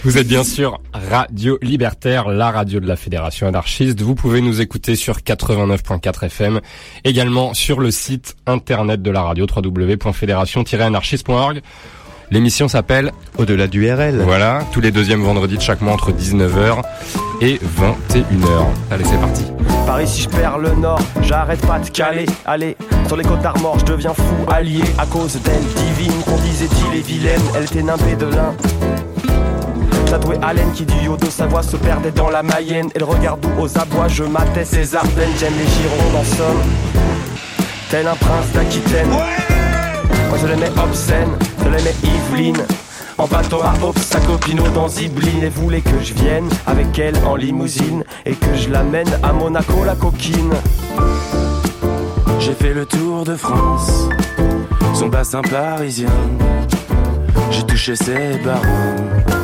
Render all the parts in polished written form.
Vous êtes bien sûr Radio Libertaire, la radio de la Fédération anarchiste. Vous pouvez nous écouter sur 89.4 FM, également sur le site internet de la radio, www.fédération-anarchiste.org. L'émission s'appelle Au-delà du RL. Voilà, tous les deuxièmes vendredis de chaque mois entre 19h et 21h. Allez, c'est parti. Par ici je perds le nord, j'arrête pas de caler. Allez, sur les côtes d'Armor, je deviens fou allié. À cause d'elle, divine, qu'on disait-il et vilaine. Elle était nimbée de lin. Tatoué Allen qui du haut de sa voix se perdait dans la Mayenne. Et le regard doux aux abois, je matais ses Ardennes. J'aime les Girondes en somme, tel un prince d'Aquitaine. Moi je l'aimais obscène, je l'aimais Yveline. En bateau à Hope, sa copine dans Zibline. Et voulait que je vienne avec elle en limousine et que je l'amène à Monaco la coquine. J'ai fait le tour de France, son bassin parisien. J'ai touché ses barons.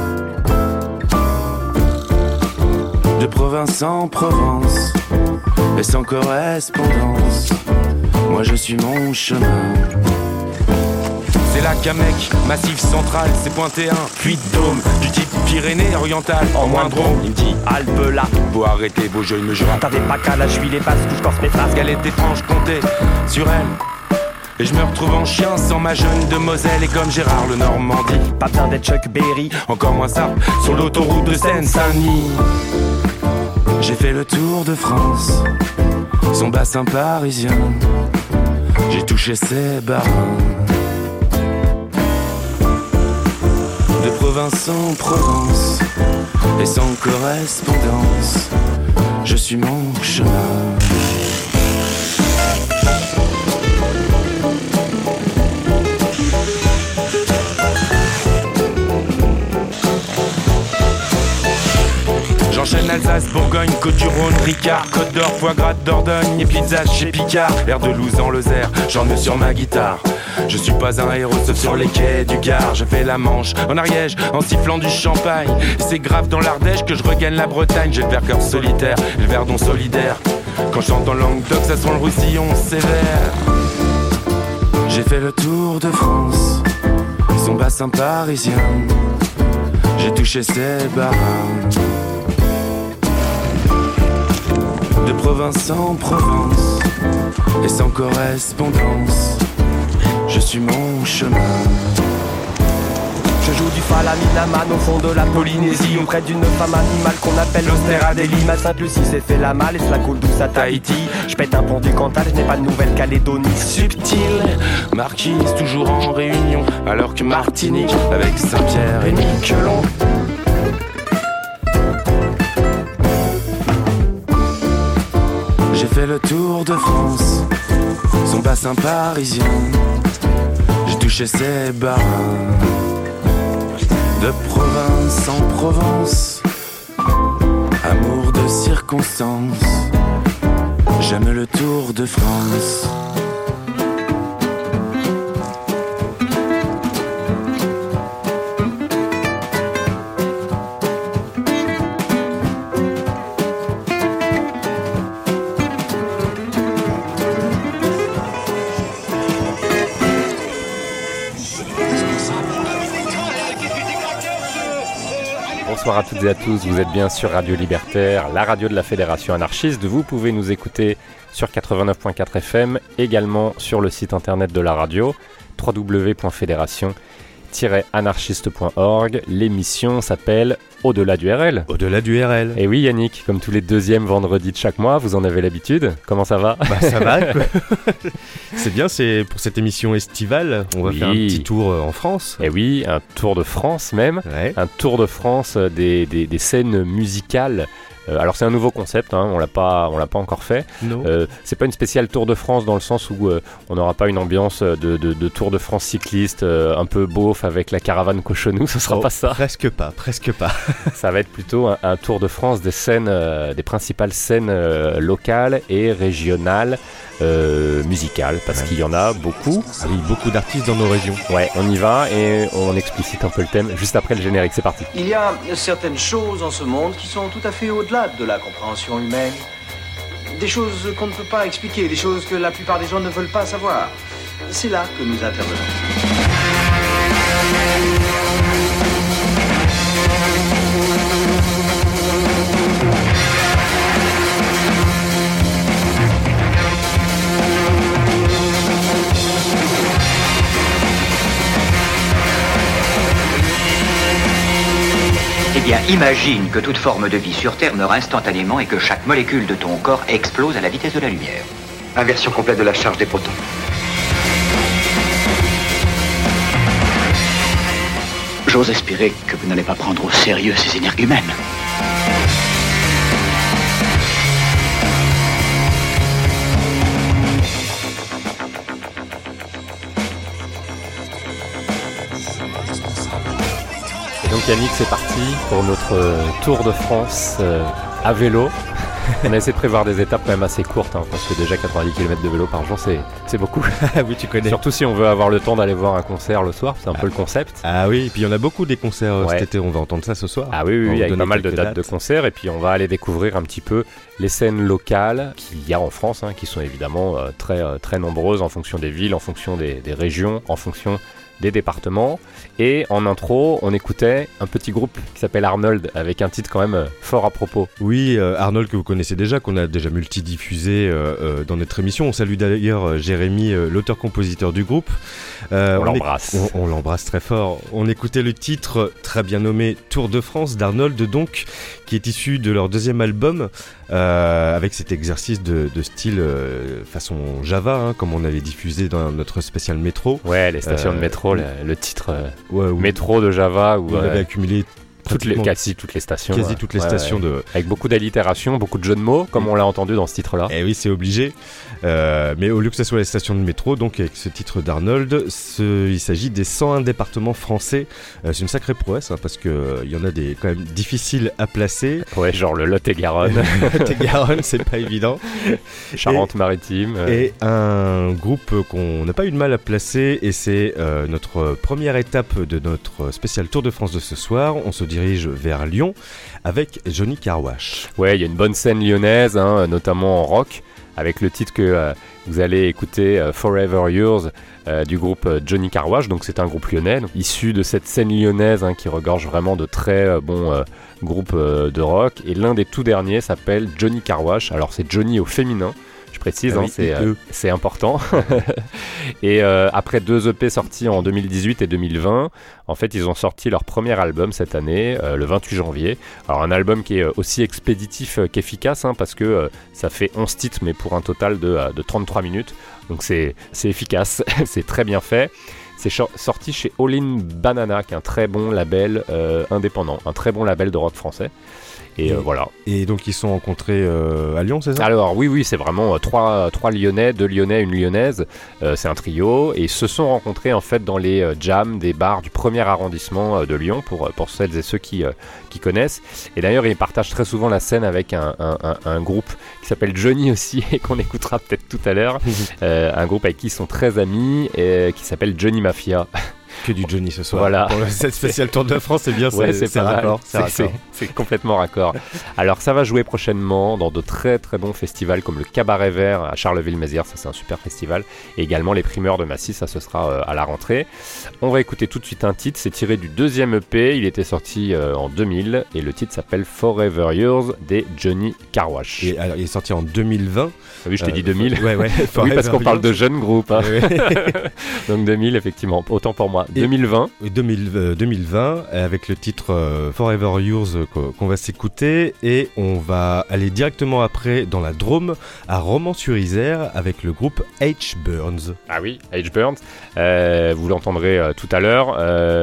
De province en province, et sans correspondance, moi je suis mon chemin. C'est là qu'un mec, massif central, s'est pointé un puits de dôme, du type Pyrénées orientales, en moins drôme. Il me dit, Alpe là, faut arrêter vos jeux, il me jure. T'avais pas qu'à la juille les basses, que je corse mes phrases. Elle est étrange, compter sur elle. Et je me retrouve en chien sans ma jeune de Moselle. Et comme Gérard le Normandie, pas besoin d'être Chuck Berry, encore moins ça, sur l'autoroute de Seine-Saint-Denis. J'ai fait le tour de France, son bassin parisien. J'ai touché ses barons. De province en province, et sans correspondance, je suis mon chemin. J'enchaîne Alsace, Bourgogne, Côte-du-Rhône, Ricard, Côte d'Or, foie gras de Dordogne et pizza chez Picard. L'air de Louzan, Lozère, j'en ai sur ma guitare. Je suis pas un héros sauf sur les quais du Gard. Je fais la Manche en Ariège en sifflant du champagne. C'est grave dans l'Ardèche que je regagne la Bretagne. J'ai le verre cœur solitaire, le verdon solidaire. Quand je chante en Languedoc, ça sent le Roussillon sévère. J'ai fait le tour de France, son bassin parisien. J'ai touché ses barins. De province en province, et sans correspondance, je suis mon chemin. Je joue du falaminaman au fond de la Polynésie, auprès d'une femme animale qu'on appelle l'Austéradélie. Ma Sainte-Lucie s'est fait la malle et cela coule douce à Tahiti. Je pète un pont du Cantal, je n'ai pas de Nouvelle-Calédonie. Subtile, marquise toujours en réunion, alors que Martinique avec Saint-Pierre et Miquelon. J'ai fait le tour de France, son bassin parisien. J'ai touché ses barins. De province en province, amour de circonstance. J'aime le tour de France. Bonsoir à toutes et à tous, vous êtes bien sur Radio Libertaire, la radio de la Fédération anarchiste. Vous pouvez nous écouter sur 89.4 FM, également sur le site internet de la radio, www.fédération-anarchiste.org. L'émission s'appelle Au-delà du RL. Au-delà du RL. Et oui Yannick, comme tous les deuxièmes vendredis de chaque mois, vous en avez l'habitude. Comment ça va ? Bah ça va quoi. C'est bien, c'est pour cette émission estivale, on va faire un petit tour en France. Et oui, un tour de France même, ouais. Un tour de France des scènes musicales. Alors c'est un nouveau concept, hein, on l'a pas encore fait. C'est pas une spéciale Tour de France dans le sens où on n'aura pas une ambiance de Tour de France cycliste un peu beauf avec la caravane Cochonou, ce sera pas ça. Presque pas. Ça va être plutôt un Tour de France des scènes, des principales scènes locales et régionales musicales, parce qu'il y en a beaucoup. Ah oui, beaucoup d'artistes dans nos régions. Ouais, on y va et on explicite un peu le thème juste après le générique, c'est parti. Il y a certaines choses en ce monde qui sont tout à fait au-delà de la compréhension humaine. Des choses qu'on ne peut pas expliquer, des choses que la plupart des gens ne veulent pas savoir. C'est là que nous intervenons. bien, imagine que toute forme de vie sur Terre meurt instantanément et que chaque molécule de ton corps explose à la vitesse de la lumière. Inversion complète de la charge des protons. J'ose espérer que vous n'allez pas prendre au sérieux ces énergumènes. Et donc Yannick, c'est parti pour notre Tour de France à vélo. On a essayé de prévoir des étapes quand même assez courtes, hein, parce que déjà 90 km de vélo par jour, c'est beaucoup. Oui, tu connais. Surtout si on veut avoir le temps d'aller voir un concert le soir, c'est un peu le concept. Ah oui, et puis il y en a beaucoup des concerts cet été, on va entendre ça ce soir. Ah oui, avec pas mal de dates de concerts, et puis on va aller découvrir un petit peu les scènes locales qu'il y a en France, hein, qui sont évidemment très nombreuses en fonction des villes, en fonction des régions, en fonction des départements. Et en intro, on écoutait un petit groupe qui s'appelle Arnold, avec un titre quand même fort à propos. Oui, Arnold que vous connaissez déjà, qu'on a déjà multidiffusé dans notre émission. On salue d'ailleurs Jérémy, l'auteur-compositeur du groupe. On l'embrasse. On l'embrasse très fort. On écoutait le titre très bien nommé Tour de France d'Arnold, donc, qui est issu de leur deuxième album, avec cet exercice de style façon Java, hein, comme on avait diffusé dans notre spécial métro. Ouais, les stations de métro, le titre métro de Java, où on avait accumulé quasi toutes les stations. Avec beaucoup d'allitération, beaucoup de jeux de mots, comme on l'a entendu dans ce titre-là. Et oui, c'est obligé. Mais au lieu que ce soit les stations de métro, donc avec ce titre d'Arnold, il s'agit des 101 départements français. C'est une sacrée prouesse, hein, parce qu'il y en a des quand même difficiles à placer. Ouais, genre le Lot-et-Garonne. Lot-et-Garonne, c'est pas évident. Charente-Maritime. Et un groupe qu'on n'a pas eu de mal à placer, et c'est notre première étape de notre spécial Tour de France de ce soir. On se dirige vers Lyon avec Johnny Car Wash. Ouais, il y a une bonne scène lyonnaise, hein, notamment en rock, avec le titre que vous allez écouter, Forever Yours, du groupe Johnny Car Wash. Donc c'est un groupe lyonnais, donc, issu de cette scène lyonnaise, hein, qui regorge vraiment de très bons groupes de rock. Et l'un des tout derniers s'appelle Johnny Car Wash. Alors c'est Johnny au féminin, je précise, ah oui, c'est important. Et après 2 EP sortis en 2018 et 2020, en fait ils ont sorti leur premier album cette année, le 28 janvier. Alors un album qui est aussi expéditif qu'efficace, hein, parce que ça fait 11 titres, mais pour un total de 33 minutes. Donc c'est efficace, c'est très bien fait. C'est sorti chez All In Banana, qui est un très bon label indépendant, un très bon label de rock français. Et voilà. Et donc ils se sont rencontrés à Lyon, c'est ça ? Alors oui, c'est vraiment 3 Lyonnais, 2 Lyonnais, 1 Lyonnaise. C'est un trio, et ils se sont rencontrés en fait dans les jams des bars du 1er arrondissement de Lyon, pour celles et ceux qui connaissent. Et d'ailleurs, ils partagent très souvent la scène avec un groupe qui s'appelle Johnny aussi, et qu'on écoutera peut-être tout à l'heure. Un groupe avec qui ils sont très amis, et qui s'appelle Johnny Mafia. Que du Johnny ce soir. Voilà. Pour cette spéciale Tour de France, c'est bien, ouais, c'est raccord. C'est complètement raccord. Alors ça va jouer prochainement dans de très très bons festivals comme le Cabaret Vert à Charleville-Mézières, ça c'est un super festival. Et également les Primeurs de Massy, ça ce sera à la rentrée. On va écouter tout de suite un titre, c'est tiré du 2e EP, il était sorti en 2000, et le titre s'appelle Forever Yours des Johnny Car Wash. Et alors, il est sorti en 2020. Ah oui, je t'ai dit 2000. Ouais. Oui, parce qu'on parle de jeunes groupes. Hein. Donc 2000, effectivement, autant pour moi. 2020. 2020, avec le titre Forever Yours qu'on va s'écouter, et on va aller directement après dans la Drôme, à Romans-sur-Isère, avec le groupe H. Burns. Ah oui, H. Burns, vous l'entendrez tout à l'heure.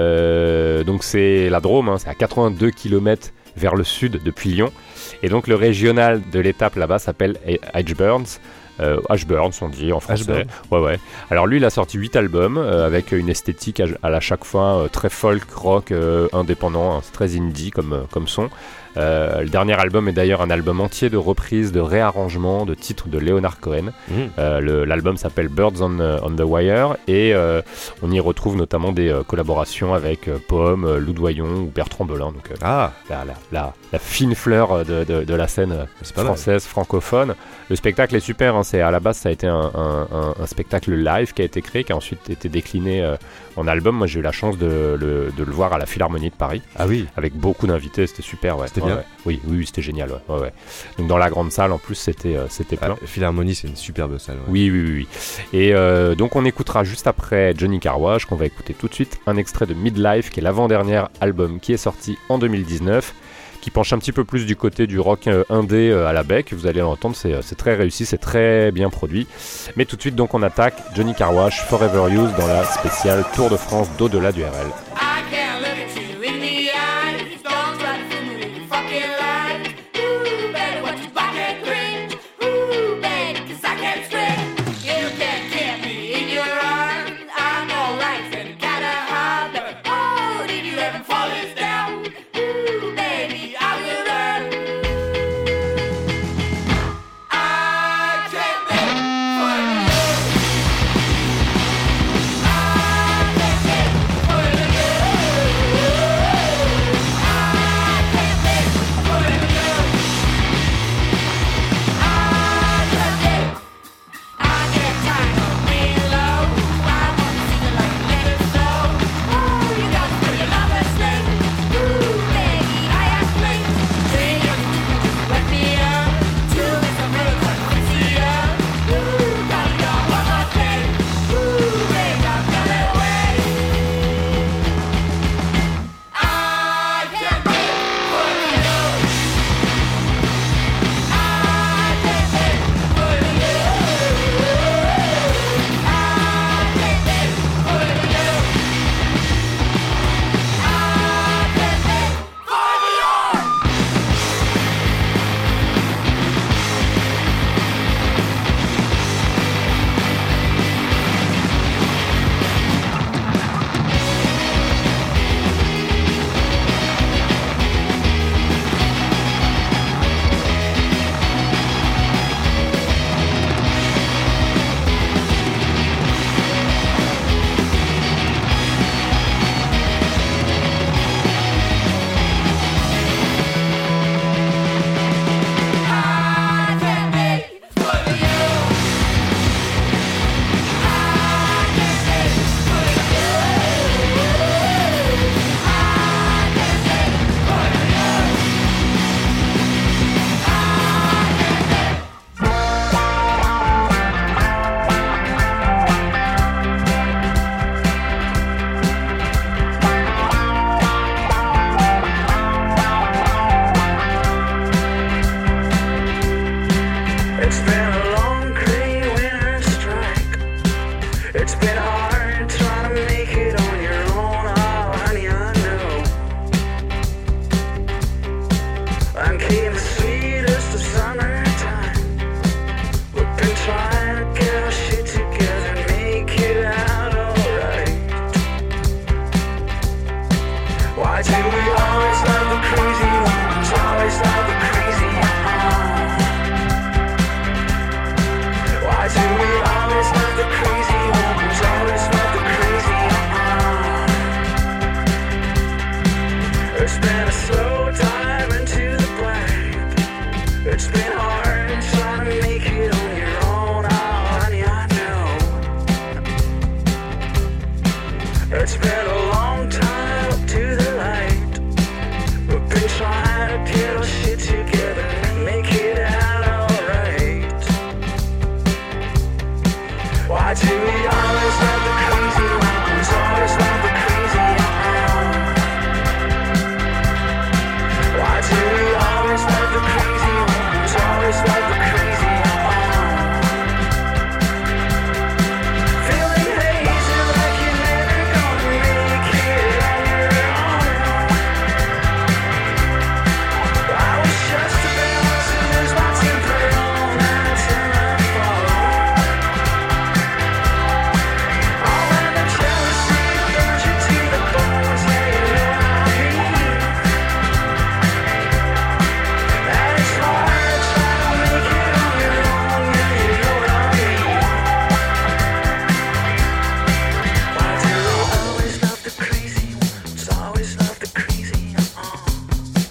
Donc c'est la Drôme, hein, c'est à 82 km vers le sud depuis Lyon. Et donc le régional de l'étape là-bas s'appelle H. Burns. H. Burns, on dit en français. Ouais. Alors lui, il a sorti 8 albums avec une esthétique à chaque fois très folk, rock, indépendant, hein, très indie comme son. Le dernier album est d'ailleurs un album entier de reprises, de réarrangements, de titres de Leonard Cohen. L'album s'appelle Birds on the Wire, et on y retrouve notamment des collaborations avec Pomme, Lou Doyon ou Bertrand Belin. Donc la fine fleur de la scène française, francophone. Le spectacle est super, hein, C'est à la base, ça a été un spectacle live qui a été créé, qui a ensuite été décliné en album. Moi, j'ai eu la chance de le voir à la Philharmonie de Paris. Ah oui. Avec beaucoup d'invités, c'était super. Ouais. C'était bien. Ouais. Oui, c'était génial. Ouais. Donc dans la grande salle, en plus, c'était plein. Philharmonie, c'est une superbe salle. Ouais. Oui. Et donc on écoutera juste après Johnny Car Wash, qu'on va écouter tout de suite un extrait de Midlife, qui est l'avant-dernier album qui est sorti en 2019. Qui penche un petit peu plus du côté du rock indé à la Beck. Vous allez l'entendre, c'est très réussi, c'est très bien produit. Mais tout de suite, donc, on attaque Johnny Car Wash, Forever Used, dans la spéciale Tour de France d'au-delà du RL.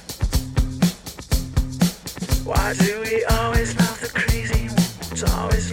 Why do we always love the crazy ones? Always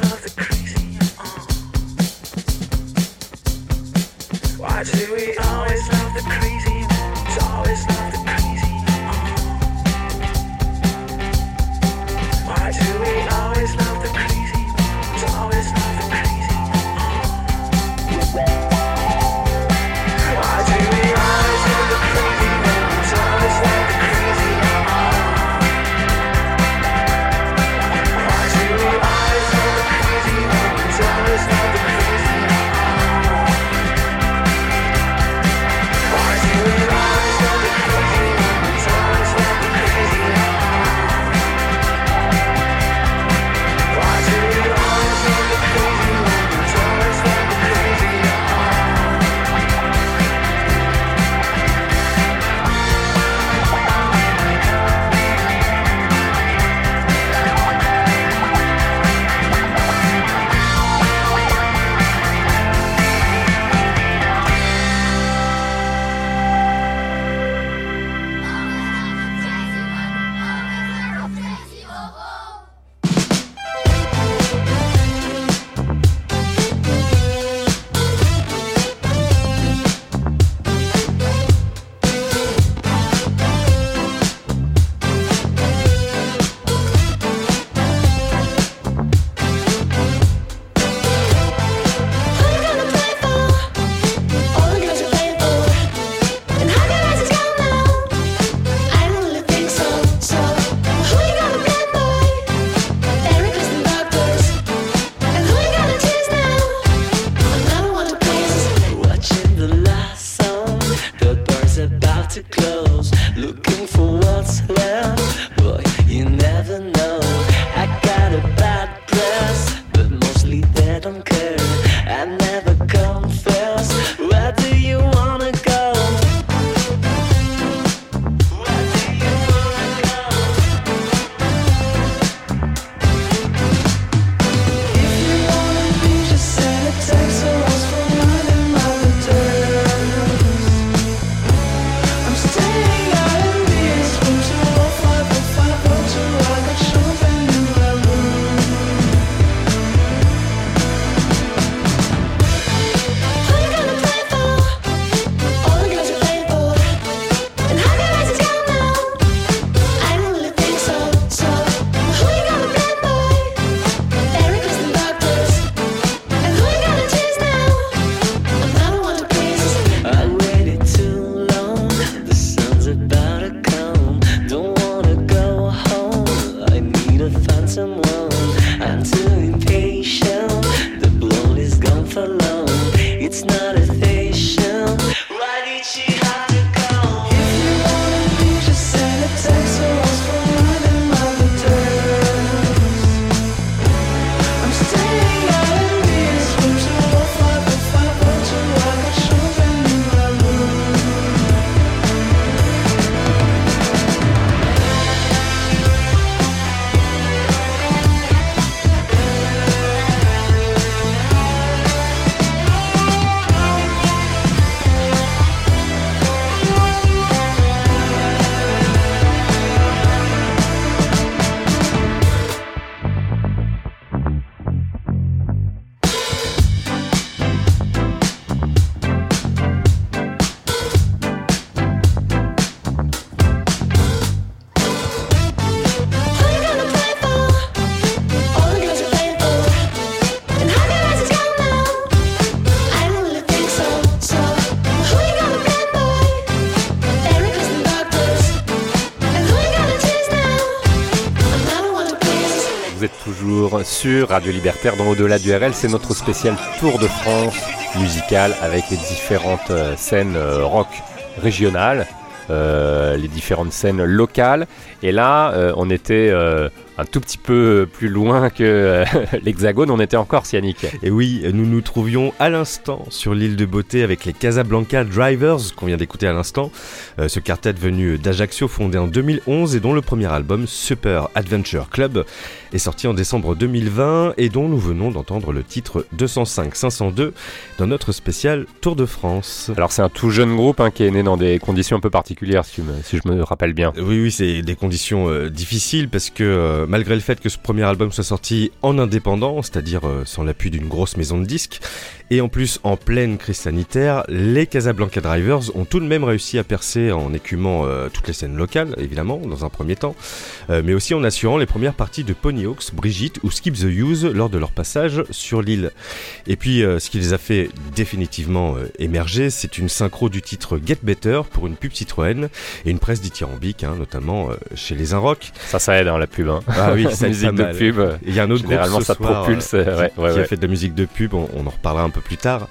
what's left. Boy, you never know. I got a bad press, but mostly they don't care. I never confess. Where do you wanna go? Where do you wanna go? If you wanna be, just send a text or ask for running my returns. I'm staying out in this room 2050502. I got champagne in my room. Who you gonna play for? All the girls are playing for. And how can I just go now? I don't really think so. So who you gonna blame, boy? Therapists and doctors. And who you gonna tease now? I'm not the one to please. I waited too long. The sun's about to come. Don't wanna go home. I need to find someone. I'm too impatient. The blood is gone for long. It's not a station. Why did she have to go? If you wanna be, just send a text or ask for running my returns. I'm staying out in this room 2050502. I got champagne in my room. Who you gonna play for? All the girls are playing for. And how can I just go now? I don't really think so. So who you gonna blame, boy? Therapists and doctors. And who you gonna tease now? I'm not the one to please. Vous êtes toujours sur Radio Libertaire dans Au-delà du RL, c'est notre spécial Tour de France musical avec les différentes scènes rock régionales, les différentes scènes locales. Et là, on était un tout petit peu plus loin que l'Hexagone, on était en Corse, Yannick. Et oui, nous nous trouvions à l'instant sur l'île de Beauté avec les Casablanca Drivers qu'on vient d'écouter à l'instant. Ce quartet venu d'Ajaccio, fondé en 2011 et dont le premier album Super Adventure Club est sorti en décembre 2020 et dont nous venons d'entendre le titre 205-502 dans notre spécial Tour de France. Alors c'est un tout jeune groupe qui est né dans des conditions un peu particulières, si je me rappelle bien. Oui, c'est des conditions difficiles parce que malgré le fait que ce premier album soit sorti en indépendant, c'est-à-dire sans l'appui d'une grosse maison de disques, et en plus en pleine crise sanitaire, les Casablanca Drivers ont tout de même réussi à percer en écumant toutes les scènes locales, évidemment, dans un premier temps, mais aussi en assurant les premières parties de Ponyhawks, Brigitte ou Skip the Use lors de leur passage sur l'île. Et puis, ce qui les a fait définitivement émerger, c'est une synchro du titre Get Better pour une pub Citroën et une presse dithyrambique, notamment chez les Inrock. Ça aide, la pub. Ah oui, ça musique de pub. Il y a un autre généralement groupe ce ça soir, propulse, qui a fait de la musique de pub, on en reparlera un peu plus tard.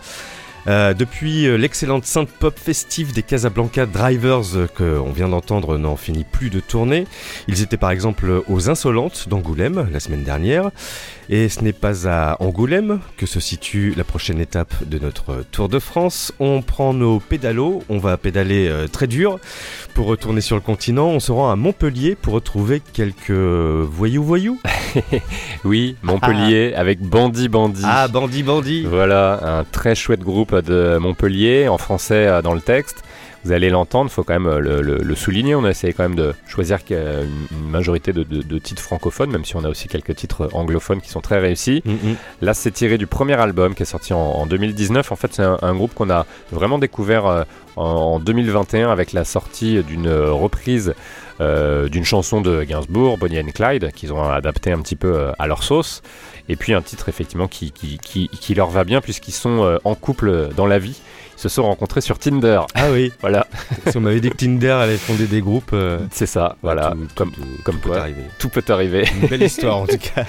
Depuis l'excellente synth pop festive des Casablanca Drivers qu'on vient d'entendre n'en finit plus de tourner. Ils étaient par exemple aux Insolentes d'Angoulême la semaine dernière. Et ce n'est pas à Angoulême que se situe la prochaine étape de notre Tour de France. On prend nos pédalos, on va pédaler très dur pour retourner sur le continent. On se rend à Montpellier pour retrouver quelques voyous. Oui, Montpellier avec Bandit. Ah, Bandit. Voilà, un très chouette groupe de Montpellier, en français dans le texte. Vous allez l'entendre, il faut quand même le souligner. On a essayé quand même de choisir une majorité de titres francophones, même si on a aussi quelques titres anglophones qui sont très réussis. Là, c'est tiré du premier album qui est sorti en 2019. En fait, c'est un groupe qu'on a vraiment découvert en 2021 avec la sortie d'une reprise d'une chanson de Gainsbourg, Bonnie and Clyde, qu'ils ont adapté un petit peu à leur sauce. Et puis un titre effectivement qui leur va bien puisqu'ils sont en couple dans la vie. Ils se sont rencontrés sur Tinder. Ah oui, voilà. Si on m'avait dit que Tinder allait fonder des groupes. C'est ça, voilà. Comme peut arriver. Tout peut arriver. Une belle histoire en tout cas.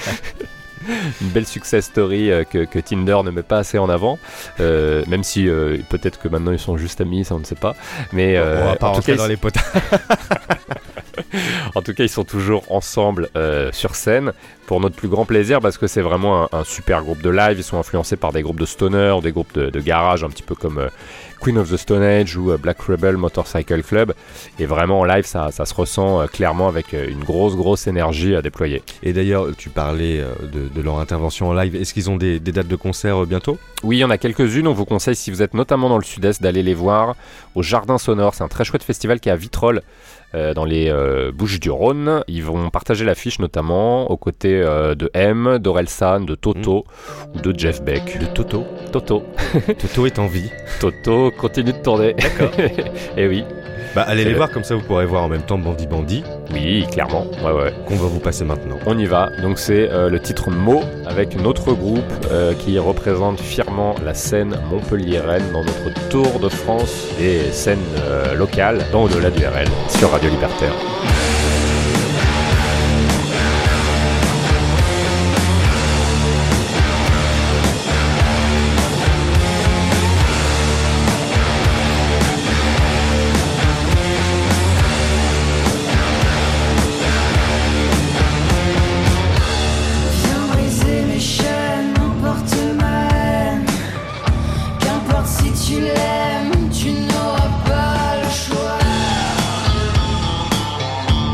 Une belle success story que Tinder ne met pas assez en avant, même si peut-être que maintenant ils sont juste amis, ça on ne sait pas. Mais on va pas en tout rentrer cas, dans les potes. En tout cas, ils sont toujours ensemble sur scène pour notre plus grand plaisir parce que c'est vraiment un super groupe de live. Ils sont influencés par des groupes de stoner, des groupes de garage, un petit peu comme Queen of the Stone Age ou Black Rebel Motorcycle Club. Et vraiment en live, ça se ressent clairement avec une grosse énergie à déployer. Et d'ailleurs, tu parlais de leur intervention en live. Est-ce qu'ils ont des dates de concert bientôt ? Oui, il y en a quelques-unes. On vous conseille, si vous êtes notamment dans le sud-est, d'aller les voir au Jardin Sonore. C'est un très chouette festival qui est à Vitrolles, dans les Bouches-du-Rhône. Ils vont partager l'affiche notamment aux côtés de M, d'Orelsan, de Toto ou de Jeff Beck. De Toto. Toto Toto est en vie. Toto continue de tourner. D'accord. Et oui. Bah allez les voir, comme ça vous pourrez voir en même temps Bandit. Oui, clairement. Ouais. Qu'on va vous passer maintenant. On y va. Donc c'est le titre Mo avec notre groupe qui représente fièrement la scène montpelliéraine dans notre tour de France et scène locale dans Au-delà du RL sur Radio Libertaire. Tu n'auras pas le choix.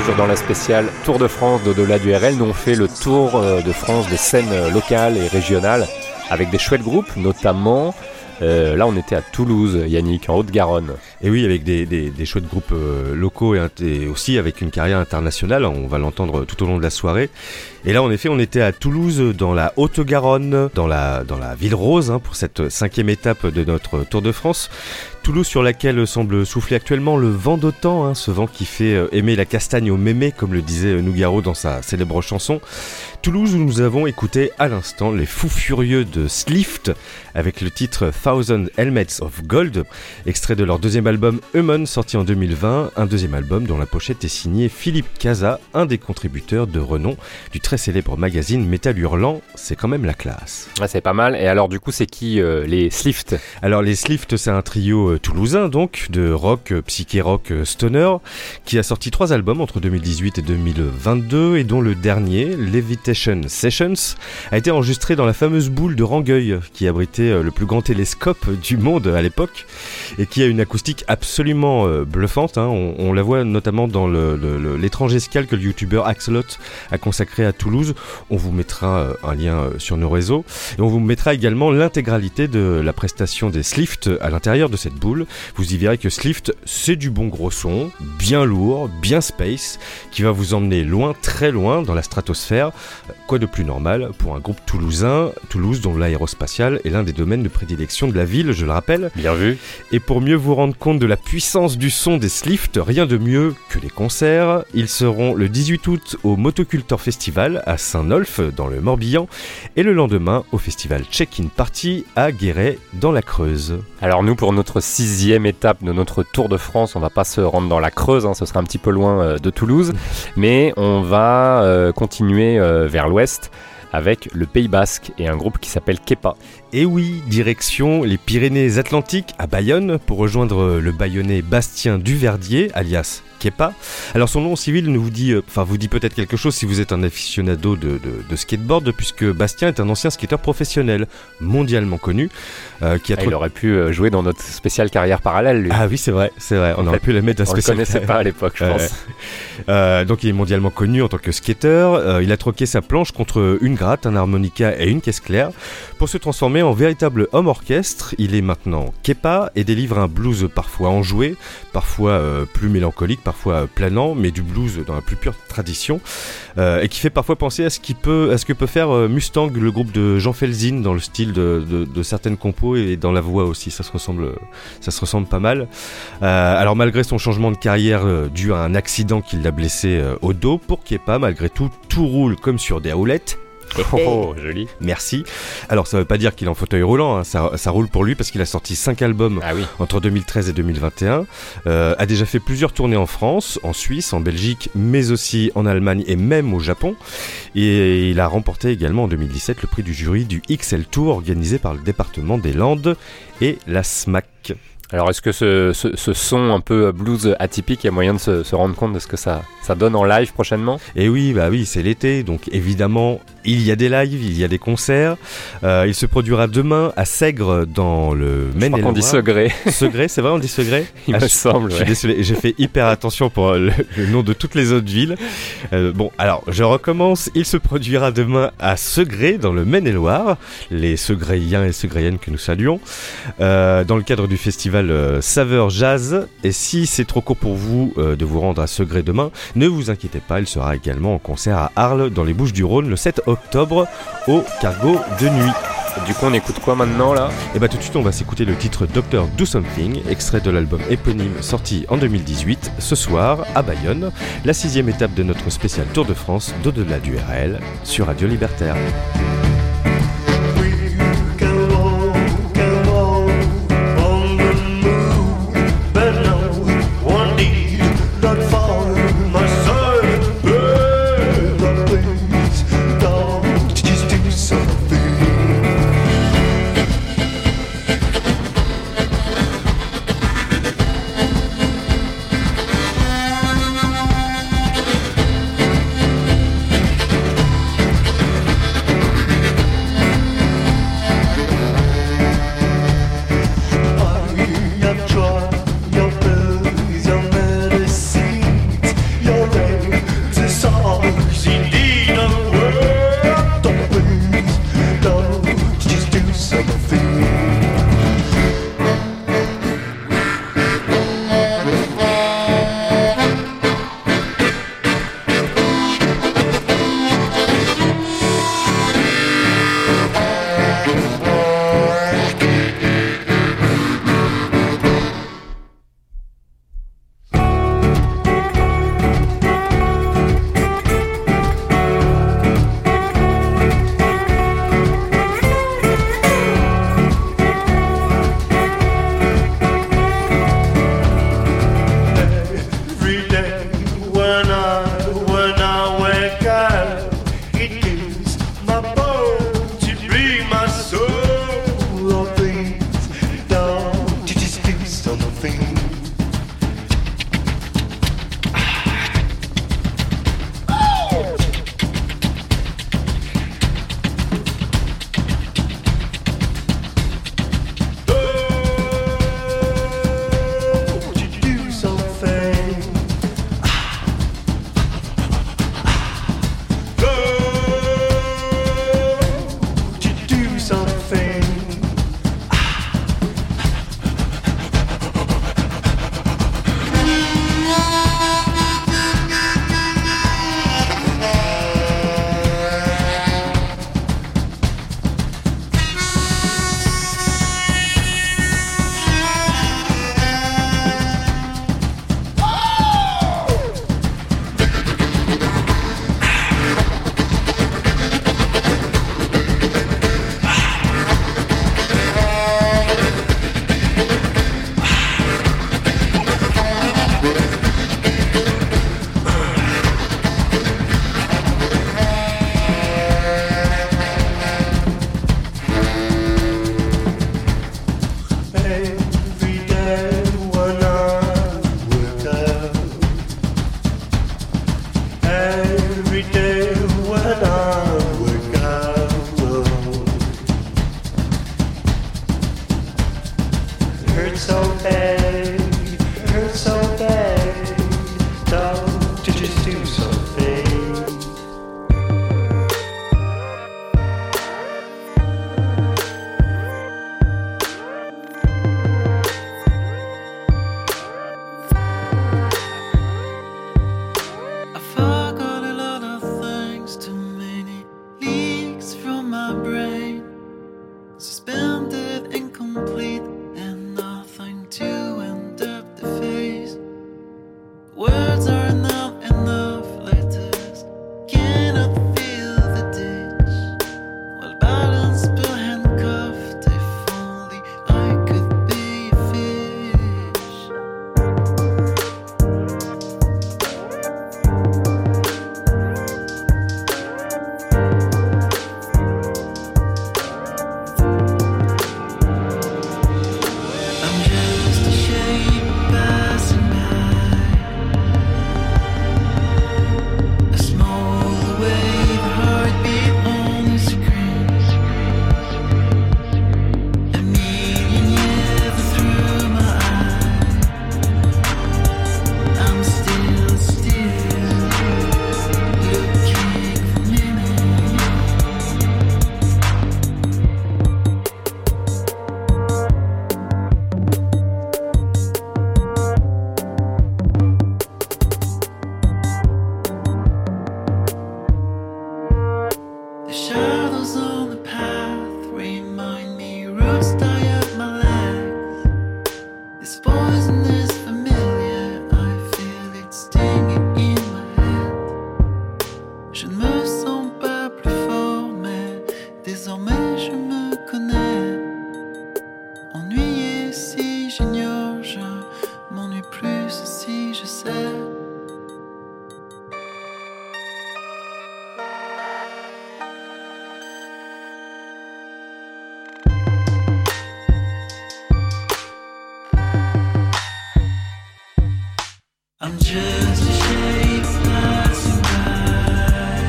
toujours dans la spéciale Tour de France d'Au-delà du RL. Nous on fait le tour de France des scènes locales et régionales avec des chouettes groupes, notamment là on était à Toulouse, Yannick, en Haute-Garonne. Et oui, avec des chouettes groupes locaux et aussi avec une carrière internationale, on va l'entendre tout au long de la soirée. Et là en effet on était à Toulouse dans la Haute-Garonne, dans la ville rose pour cette 5e étape de notre Tour de France. Toulouse sur laquelle semble souffler actuellement le vent d'OTAN, ce vent qui fait aimer la castagne au mémé, comme le disait Nougaro dans sa célèbre chanson. Toulouse où nous avons écouté à l'instant les Fous Furieux de Slift avec le titre Thousand Helmets of Gold, extrait de leur deuxième album Human sorti en 2020, un deuxième album dont la pochette est signée Philippe Casa, un des contributeurs de renom du très célèbre magazine Métal Hurlant. C'est quand même la classe. Ouais, c'est pas mal. Et alors du coup c'est qui les Slift ? Alors les Slift c'est un trio toulousain donc de rock, psyché rock, stoner qui a sorti 3 albums entre 2018 et 2022 et dont le dernier, Levitation Sessions, a été enregistré dans la fameuse boule de Rangueil qui abritait le plus grand télescope du monde à l'époque et qui a une acoustique absolument bluffante. On la voit notamment dans l'étrange escale que le youtubeur Axolot a consacré à Toulouse. On vous mettra un lien sur nos réseaux et on vous mettra également l'intégralité de la prestation des Slift à l'intérieur de cette boule. Vous y verrez que Slift c'est du bon gros son, bien lourd, bien space, qui va vous emmener loin, très loin dans la stratosphère. Quoi de plus normal pour un groupe toulousain, Toulouse dont l'aérospatiale est l'un des domaines de prédilection de la ville, je le rappelle. Bien vu. Et pour mieux vous rendre compte de la puissance du son des Slift, rien de mieux que les concerts. Ils seront le 18 août au Motocultor Festival à Saint-Nolff dans le Morbihan et le lendemain au festival Check-in Party à Guéret dans la Creuse. Alors nous pour notre 6e étape de notre Tour de France, on va pas se rendre dans la Creuse, ce sera un petit peu loin de Toulouse, mais on va continuer vers l'ouest avec le Pays Basque et un groupe qui s'appelle Kepa. Et oui, direction les Pyrénées-Atlantiques à Bayonne pour rejoindre le Bayonnais Bastien Duverdier, alias Kepa. Alors son nom civil vous dit peut-être quelque chose si vous êtes un aficionado de skateboard, puisque Bastien est un ancien skateur professionnel mondialement connu. Il aurait pu jouer dans notre spéciale carrière parallèle, lui. Ah oui, c'est vrai. On aurait pu le mettre dans spécial. On le connaissait pas à l'époque, je pense. Donc il est mondialement connu en tant que skateur. Il a troqué sa planche contre une gratte, un harmonica et une caisse claire pour se transformer en véritable homme orchestre. Il est maintenant Kepa et délivre un blues parfois enjoué, parfois plus mélancolique, parfois planant, mais du blues dans la plus pure tradition, et qui fait parfois penser à ce que peut faire Mustang, le groupe de Jean Felzin, dans le style de certaines compos et dans la voix aussi. Ça se ressemble pas mal. Alors malgré son changement de carrière dû à un accident qui l'a blessé au dos, pour Kepa, malgré tout roule comme sur des roulettes. Oh, joli. Merci. Alors ça veut pas dire qu'il est en fauteuil roulant, ça roule pour lui parce qu'il a sorti 5 albums entre 2013 et 2021, a déjà fait plusieurs tournées en France, en Suisse, en Belgique, mais aussi en Allemagne et même au Japon, et il a remporté également en 2017 le prix du jury du XL Tour organisé par le département des Landes et la SMAC. Alors est-ce que ce son un peu blues atypique, il y a moyen de se rendre compte de ce que ça donne en live prochainement ? Et oui, c'est l'été, donc évidemment il y a des lives, il y a des concerts. Il se produira demain à Sègres dans le Maine-et-Loire. Je crois qu'on dit Segré. Segré, c'est vrai, on dit Segré ? Il me semble, Je suis désolé, j'ai fait hyper attention pour le nom de toutes les autres villes. Bon, alors je recommence. Il se produira demain à Segré dans le Maine-et-Loire, les Segréiens et Segréiennes que nous saluons, dans le cadre du festival Saveur Jazz. Et si c'est trop court pour vous de vous rendre à Segré demain, ne vous inquiétez pas, il sera également en concert à Arles dans les Bouches-du-Rhône le 7 octobre au Cargo de Nuit. Du coup on écoute quoi maintenant là ? Et tout de suite on va s'écouter le titre Dr. Do Something, extrait de l'album éponyme sorti en 2018, ce soir à Bayonne, la 6e étape de notre spécial Tour de France d'Au-delà du RL sur Radio Libertaire. so bad, it hurts so bad. Don't you just do something? I forgot a lot of things, too many leaks from my brain, suspended, incomplete, and nothing to end up the face. Words are not enough, letters cannot fill the ditch. While balance but handcuffed, if only I could be a fish. I'm just a shape passing by, a small wave, a heartbeat on the screen, a million years through my eyes. I'm still looking for meaning. The shadows on the path remind me rust I at my legs. This poison is familiar, I feel it stinging in my head. Je ne me sens pas plus fort, mais désormais je me connais. Ennuyé si j'ignore, je m'ennuie plus si je sais. I'm just a shape passing by,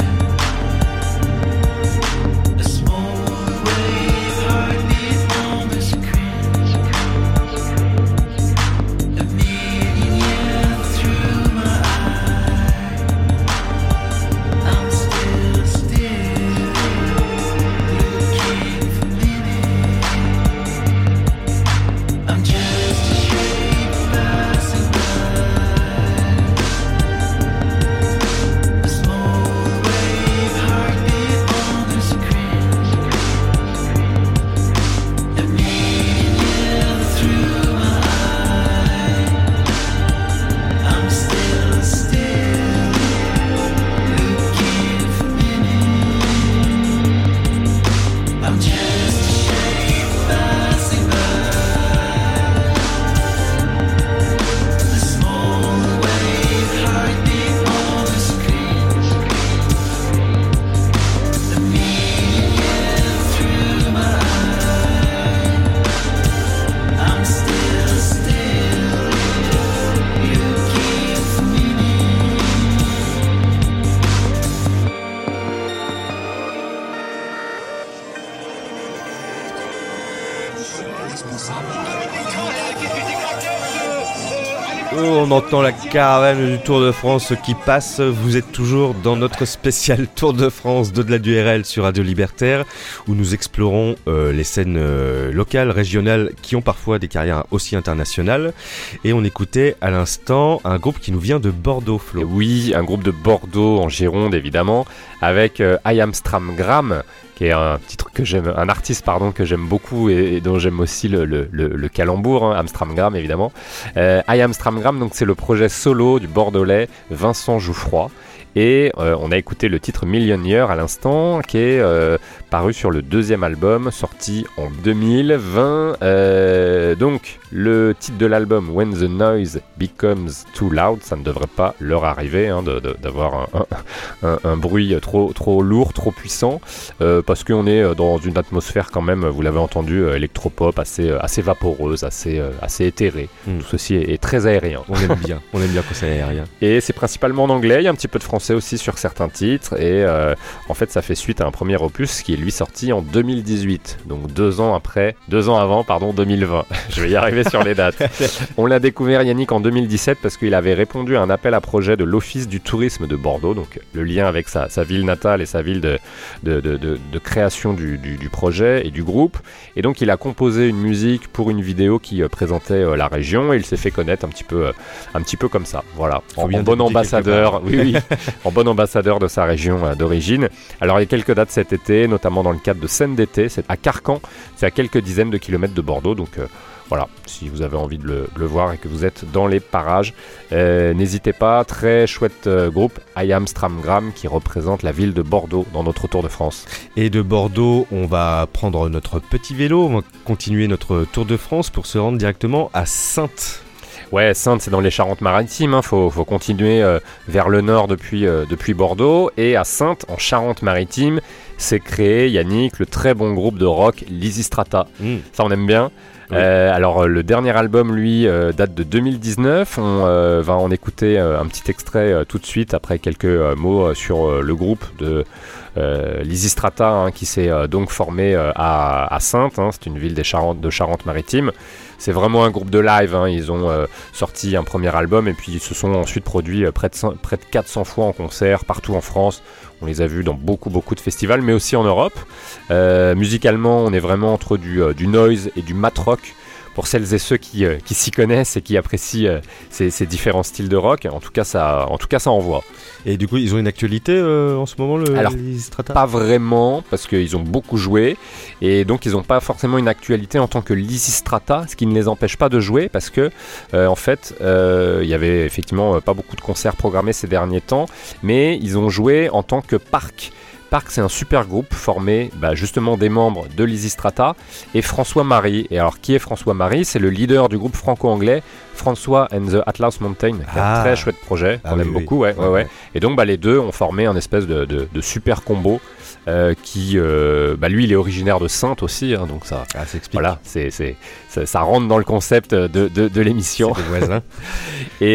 a small wave, heartbeat on the screen, a million years through my eyes. I'm still looking for meaning. I'm just a shape passing by. A small wave, heartbeat on the screen, a million years through my eyes. I'm still looking for meaning. I'm just a shape passing by. A small wave, heartbeat on the screen, a million years through my eyes. I'm still looking for meaning. Oh, on entend la caravane du Tour de France qui passe. Vous êtes toujours dans notre spécial Tour de France d'au-delà du RL sur Radio Libertaire, où nous explorons les scènes locales, régionales, qui ont parfois des carrières aussi internationales. Et on écoutait à l'instant un groupe qui nous vient de Bordeaux, Flo. Oui, un groupe de Bordeaux en Gironde évidemment, avec I Am Stramgram, qui est un titre que j'aime, un artiste que j'aime beaucoup et dont j'aime aussi le calembour, hein, Amstramgram évidemment. I Am Stramgram, donc c'est le projet solo du Bordelais Vincent Jouffroy. Et on a écouté le titre Million Year à l'instant, qui est paru sur le deuxième album, sorti en 2020. Donc, le titre de l'album, When the Noise Becomes Too Loud, ça ne devrait pas leur arriver hein, d'avoir un bruit trop lourd, trop puissant, parce qu'on est dans une atmosphère quand même, vous l'avez entendu, électropop, assez vaporeuse, assez éthérée. Tout ceci est très aérien. On aime bien quand c'est aérien. Et c'est principalement en anglais, il y a un petit peu de français français aussi sur certains titres et en fait ça fait suite à un premier opus qui est lui sorti en 2018, donc 2 ans avant 2020. Je vais y arriver sur les dates. On l'a découvert Yannick en 2017 parce qu'il avait répondu à un appel à projet de l'Office du tourisme de Bordeaux, donc le lien avec sa ville natale et sa ville de création du projet et du groupe, et donc il a composé une musique pour une vidéo qui présentait la région et il s'est fait connaître un petit peu comme ça, voilà, en bon ambassadeur, oui, en bon ambassadeur de sa région d'origine. Alors il y a quelques dates cet été, notamment dans le cadre de Scène d'été, c'est à Carcan, c'est à quelques dizaines de kilomètres de Bordeaux, donc voilà, si vous avez envie de le voir et que vous êtes dans les parages, n'hésitez pas. Très chouette groupe, I Am Stramgram, qui représente la ville de Bordeaux dans notre Tour de France. Et de Bordeaux, on va prendre notre petit vélo, on va continuer notre Tour de France pour se rendre directement à Saintes. Ouais, Saintes, c'est dans les Charentes-Maritimes, hein. Faut continuer vers le nord depuis Bordeaux. Et à Saintes, en Charente-Maritime, s'est créé, Yannick, le très bon groupe de rock Lysistrata. Ça, on aime bien. Oui. Alors le dernier album lui date de 2019, on va en écouter un petit extrait tout de suite après quelques mots sur le groupe de Lysistrata, hein, qui s'est donc formé à Saintes, hein, c'est une ville de Charente-Maritime. C'est vraiment un groupe de live, hein. Ils ont sorti un premier album et puis ils se sont ensuite produits près de 400 fois en concert partout en France. On les a vus dans beaucoup de festivals, mais aussi en Europe. Musicalement, on est vraiment entre du noise et du mat rock. Pour celles et ceux qui s'y connaissent et qui apprécient ces différents styles de rock, en tout cas ça envoie. Et du coup, ils ont une actualité en ce moment, Alors, Lysistrata ? Pas vraiment, parce qu'ils ont beaucoup joué, et donc ils n'ont pas forcément une actualité en tant que Lysistrata, ce qui ne les empêche pas de jouer, parce que en fait, il y avait effectivement pas beaucoup de concerts programmés ces derniers temps, mais ils ont joué en tant que Parc. Parc, c'est un super groupe formé justement des membres de Lysistrata et François Marie. Et alors, qui est François Marie ? C'est le leader du groupe franco-anglais François and the Atlas Mountain, qui est un très chouette projet, qu'on aime beaucoup. Ouais. Et donc, les deux ont formé un espèce de super combo qui, lui, il est originaire de Saintes aussi, hein, donc ça s'explique. Voilà, ça rentre dans le concept de l'émission. C'est des voisins. Et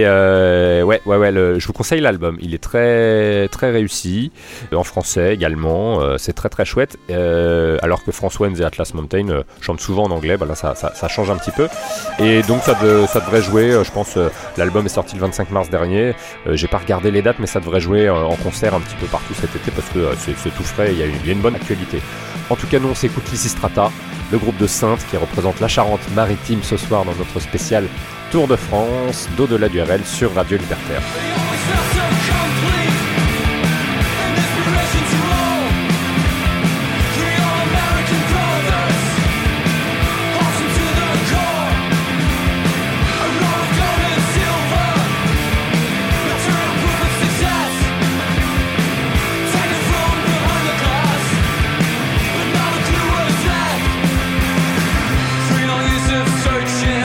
je vous conseille l'album. Il est très très réussi en français également. C'est très très chouette. Alors que François and the Atlas Mountain chante souvent en anglais, là ça change un petit peu. Et donc ça devrait jouer. Je pense l'album est sorti le 25 mars dernier. J'ai pas regardé les dates, mais ça devrait jouer en concert un petit peu partout cet été parce que c'est tout frais. Il y a une bonne actualité. En tout cas, nous on s'écoute Lysistrata, le groupe de Saintes qui représente la Charente-Maritime ce soir dans notre spécial Tour de France d'au-delà du RL sur Radio Libertaire.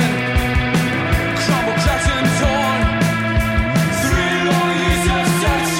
Crumble, cracked and torn. 3 long years of searching.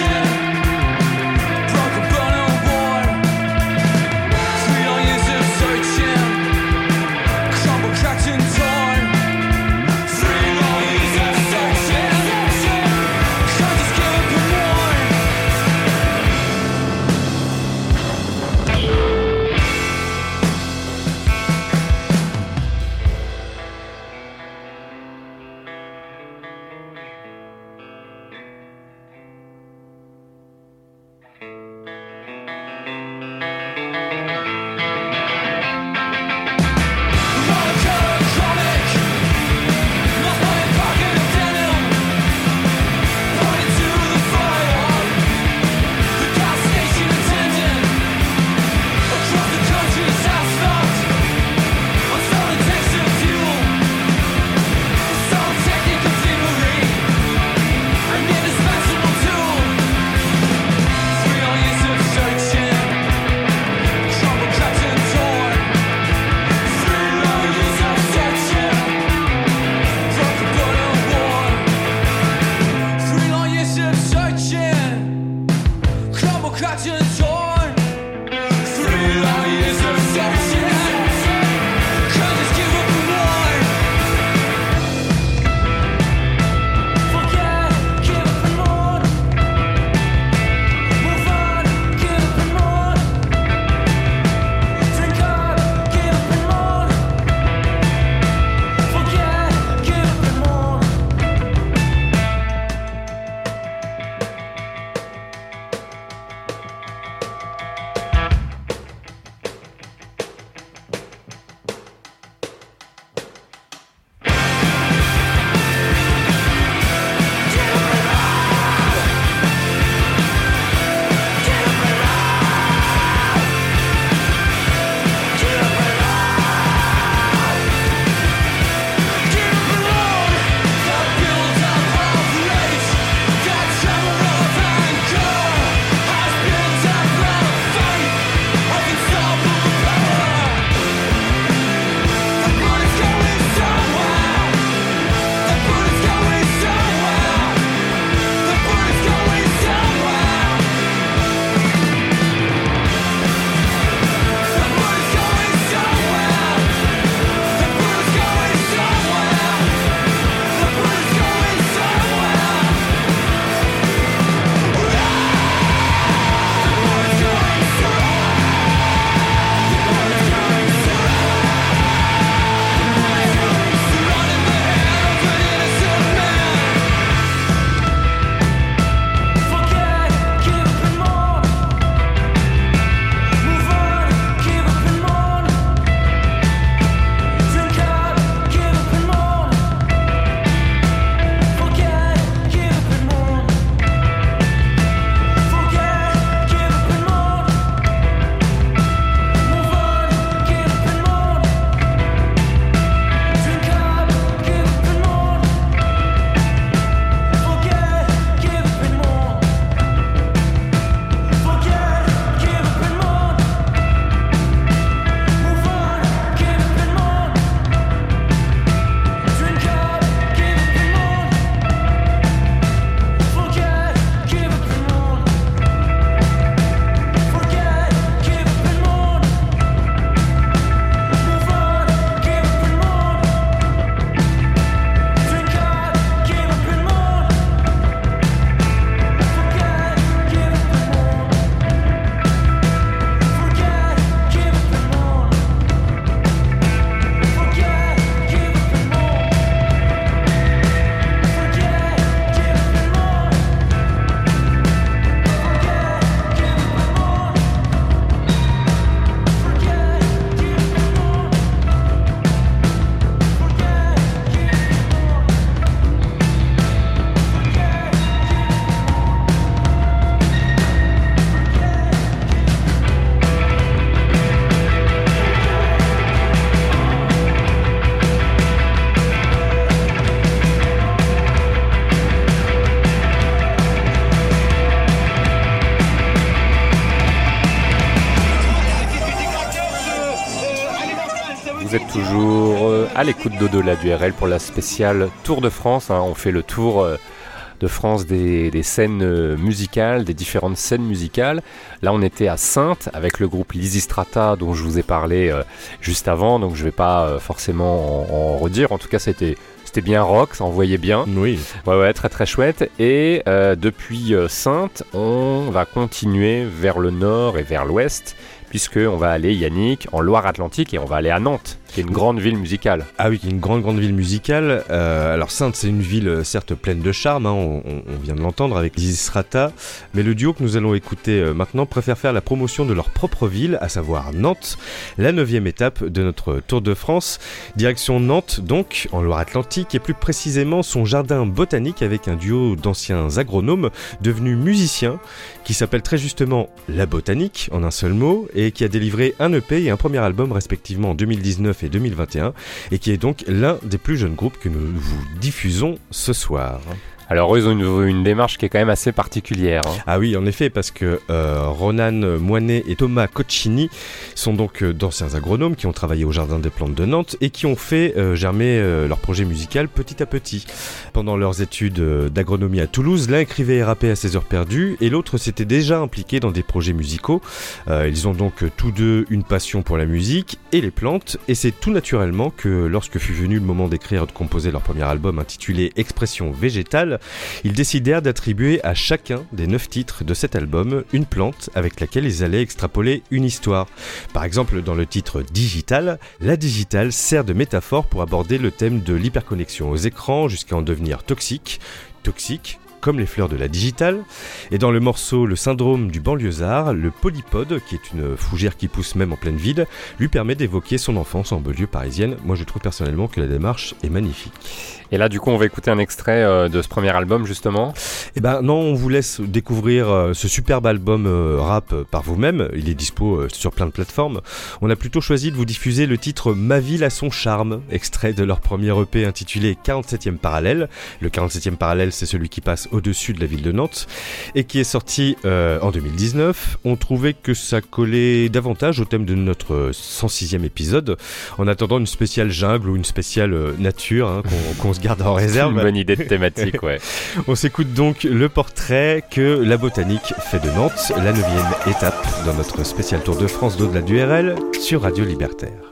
toujours à l'écoute d'Au-delà du RL pour la spéciale Tour de France. On fait le tour de France des scènes musicales, des différentes scènes musicales. Là, on était à Saintes avec le groupe Lysistrata dont je vous ai parlé juste avant, donc je ne vais pas forcément en redire. En tout cas, c'était bien rock, ça envoyait bien. Oui. Ouais, très très chouette. Et depuis Saintes, on va continuer vers le nord et vers l'ouest, puisqu'on va aller, Yannick, en Loire-Atlantique et on va aller à Nantes, qui est une grande ville musicale. Ah oui, qui est une grande ville musicale. Alors Saintes, c'est une ville certes pleine de charme, on vient de l'entendre avec Lysistrata, mais le duo que nous allons écouter maintenant préfère faire la promotion de leur propre ville, à savoir Nantes, la 9e étape de notre Tour de France. Direction Nantes donc, en Loire-Atlantique, et plus précisément son jardin botanique avec un duo d'anciens agronomes devenus musiciens, qui s'appelle très justement La Botanique, en un seul mot, et qui a délivré un EP et un premier album respectivement en 2019 et 2021, et qui est donc l'un des plus jeunes groupes que nous vous diffusons ce soir. Alors eux, ils ont une démarche qui est quand même assez particulière. Ah oui, en effet, parce que Ronan Moinet et Thomas Coccini sont donc d'anciens agronomes qui ont travaillé au Jardin des Plantes de Nantes et qui ont fait germer leur projet musical petit à petit. Pendant leurs études d'agronomie à Toulouse, l'un écrivait et rappait à ses heures perdues et l'autre s'était déjà impliqué dans des projets musicaux. Ils ont donc tous deux une passion pour la musique et les plantes, et c'est tout naturellement que lorsque fut venu le moment d'écrire et de composer leur premier album intitulé Expression végétale, ils décidèrent d'attribuer à chacun des 9 titres de cet album une plante avec laquelle ils allaient extrapoler une histoire. Par exemple, dans le titre Digital, la digitale sert de métaphore pour aborder le thème de l'hyperconnexion aux écrans jusqu'à en devenir toxique comme les fleurs de la digitale. Et dans le morceau Le syndrome du banlieusard, le polypode, qui est une fougère qui pousse même en pleine ville, lui permet d'évoquer son enfance en banlieue parisienne. Moi, je trouve personnellement que la démarche est magnifique. Et là, du coup, on va écouter un extrait de ce premier album, justement. Eh ben non, on vous laisse découvrir ce superbe album rap par vous-même. Il est dispo sur plein de plateformes. On a plutôt choisi de vous diffuser le titre Ma ville a son charme, extrait de leur premier EP intitulé 47e parallèle. Le 47e parallèle, c'est celui qui passe au-dessus de la ville de Nantes et qui est sorti en 2019. On trouvait que ça collait davantage au thème de notre 106e épisode, en attendant une spéciale jungle ou une spéciale nature qu'on se garde en réserve. Une bonne idée de thématique, ouais. On s'écoute donc le portrait que La Botanique fait de Nantes, la 9e étape dans notre spécial Tour de France d'au-delà du RL sur Radio Libertaire.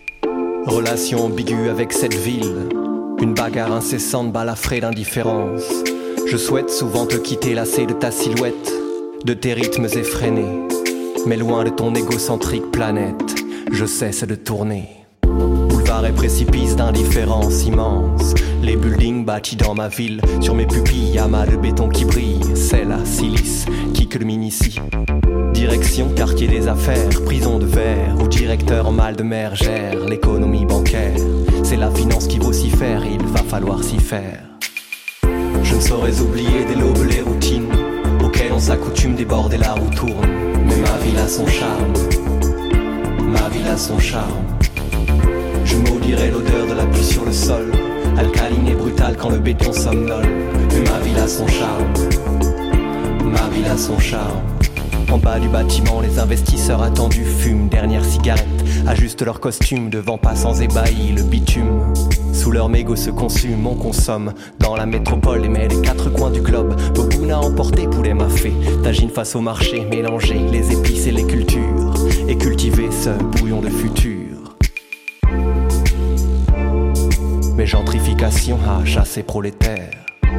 Relation ambiguë avec cette ville, une bagarre incessante balafrée d'indifférence. Je souhaite souvent te quitter lassé de ta silhouette, de tes rythmes effrénés, mais loin de ton égocentrique planète, je cesse de tourner. Boulevard et précipice d'indifférence immense, les buildings bâtis dans ma ville, sur mes pupilles, amas de béton qui brille, c'est la silice qui culmine ici. Direction quartier des affaires, prison de verre, où directeur en mal de mer gère l'économie bancaire. C'est la finance qui vocifère, il va falloir s'y faire. Je ne saurais oublier dès l'aube les routines auxquelles on s'accoutume, déborder la roue tourne. Mais ma ville a son charme, ma ville a son charme. Je maudirais l'odeur de la pluie sur le sol, alcaline et brutale quand le béton somnole. Mais ma ville a son charme, ma ville a son charme. En bas du bâtiment, les investisseurs attendus fument dernière cigarette, ajustent leur costume devant passants ébahis, le bitume. Sous leur mégot se consume, on consomme dans la métropole, les mets des 4 coins du globe. Bobouna emporté, poulet mafé, tagine face au marché, mélanger les épices et les cultures, et cultiver ce bouillon de futur. Mais gentrification a chassé prolétaires,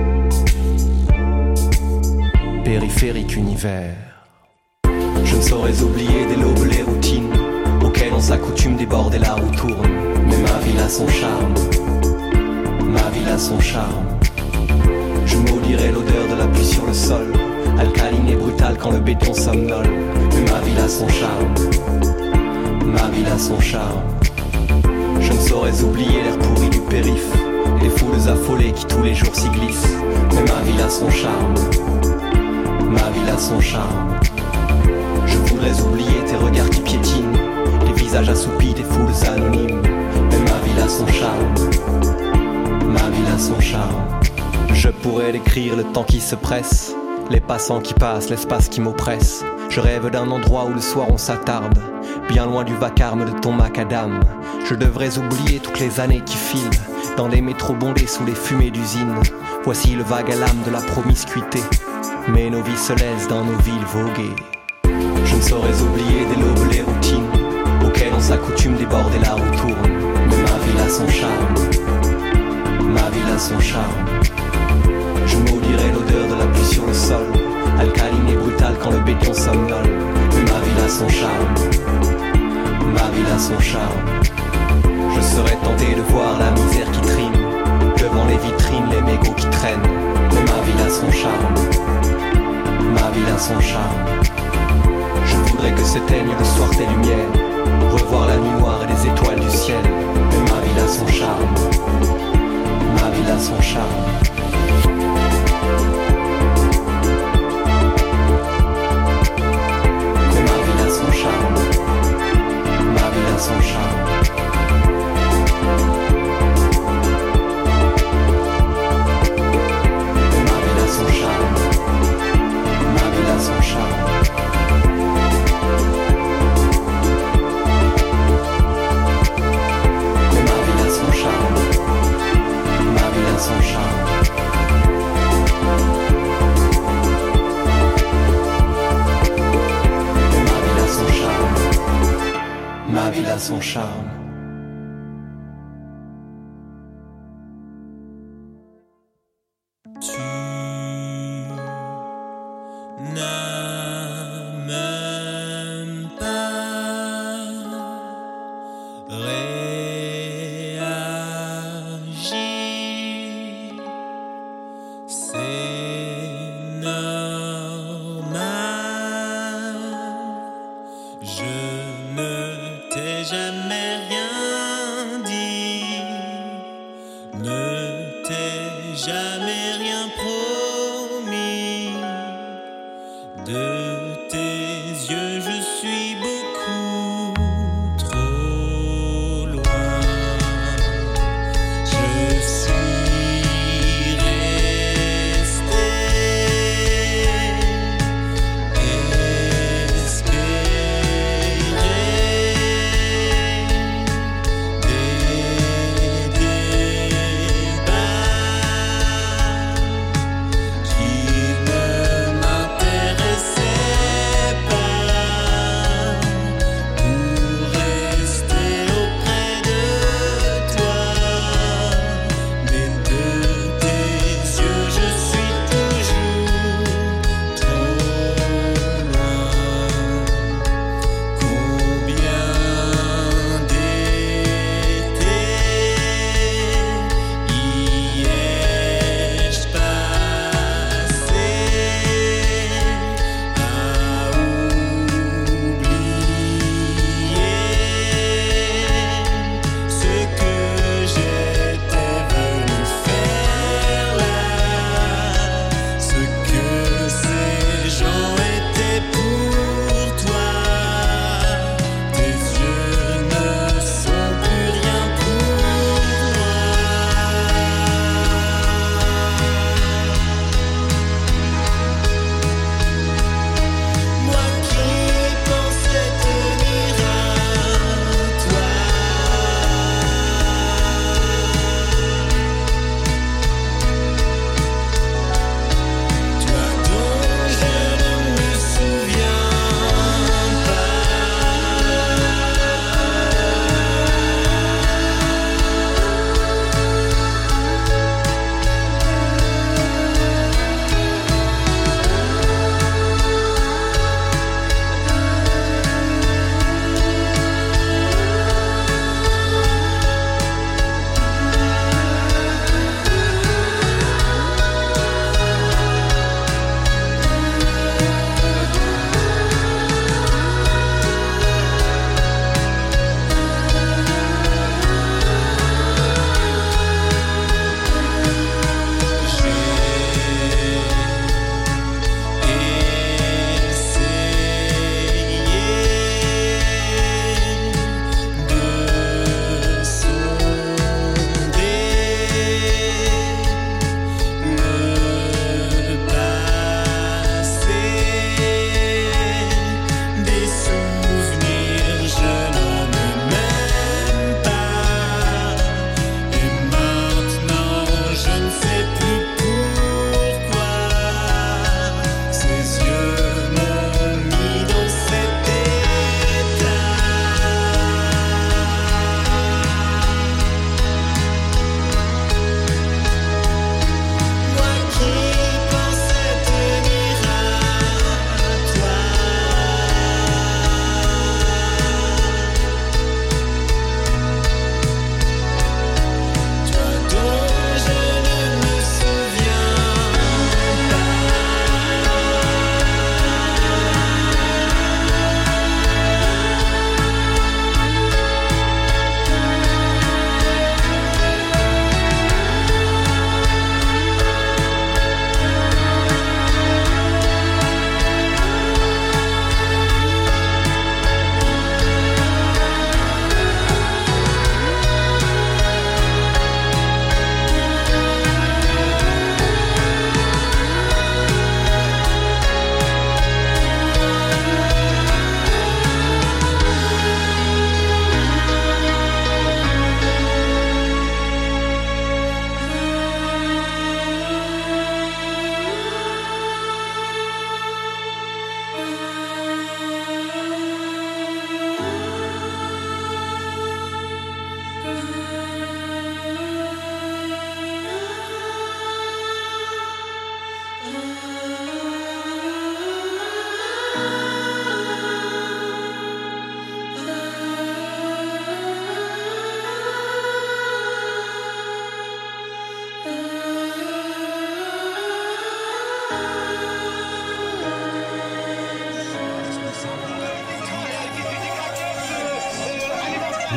périphérique univers. Je ne saurais oublier dès l'aube les routines auxquelles on s'accoutume, déborder la roue tourne. Mais ma ville a son charme, ma ville a son charme. Je maudirais l'odeur de la pluie sur le sol, alcaline et brutale quand le béton somnole. Mais ma ville a son charme, ma ville a son charme. Je ne saurais oublier l'air pourri du périph', les foules affolées qui tous les jours s'y glissent. Mais ma ville a son charme, ma ville a son charme. Je voudrais oublier tes regards qui piétinent, les visages assoupis des foules anonymes. Mais ma ville a son charme, ma ville a son charme. Je pourrais décrire le temps qui se presse, Les passants qui passent, l'espace qui m'oppresse. Je rêve d'un endroit où le soir on s'attarde, bien loin du vacarme de ton macadam. Je devrais oublier toutes les années qui filent, dans des métros bondés sous les fumées d'usines. Voici le vague à l'âme de la promiscuité, mais nos vies se laissent dans nos villes voguer. Je ne saurais oublier dès l'aube les routines auxquelles on s'accoutume déborder la roue tourne. Mais ma ville a son charme, ma ville a son charme. Je maudirai l'odeur de la pluie sur le sol, alcaline et brutale quand le béton somnole. Mais ma ville a son charme, ma ville a son charme. Je serais tenté de voir la misère qui trime devant les vitrines, les mégots qui traînent. Mais ma ville a son charme, ma ville a son charme. Je voudrais que s'éteignent le soir tes lumières, revoir la nuit noire et les étoiles du ciel. Mais ma ville a son charme, ma ville a son charme. Mais ma ville a son charme, ma ville a son charme. Ma ville a son charme, ma ville a son charme. Son charme. Ma ville a son charme. Ma ville a son charme. Tu n'as même pas réagi. C'est normal. Je ne t'ai jamais rien dit, ne t'ai jamais rien promis. De tes yeux, je suis beaucoup trop loin. Je suis resté espérer des débats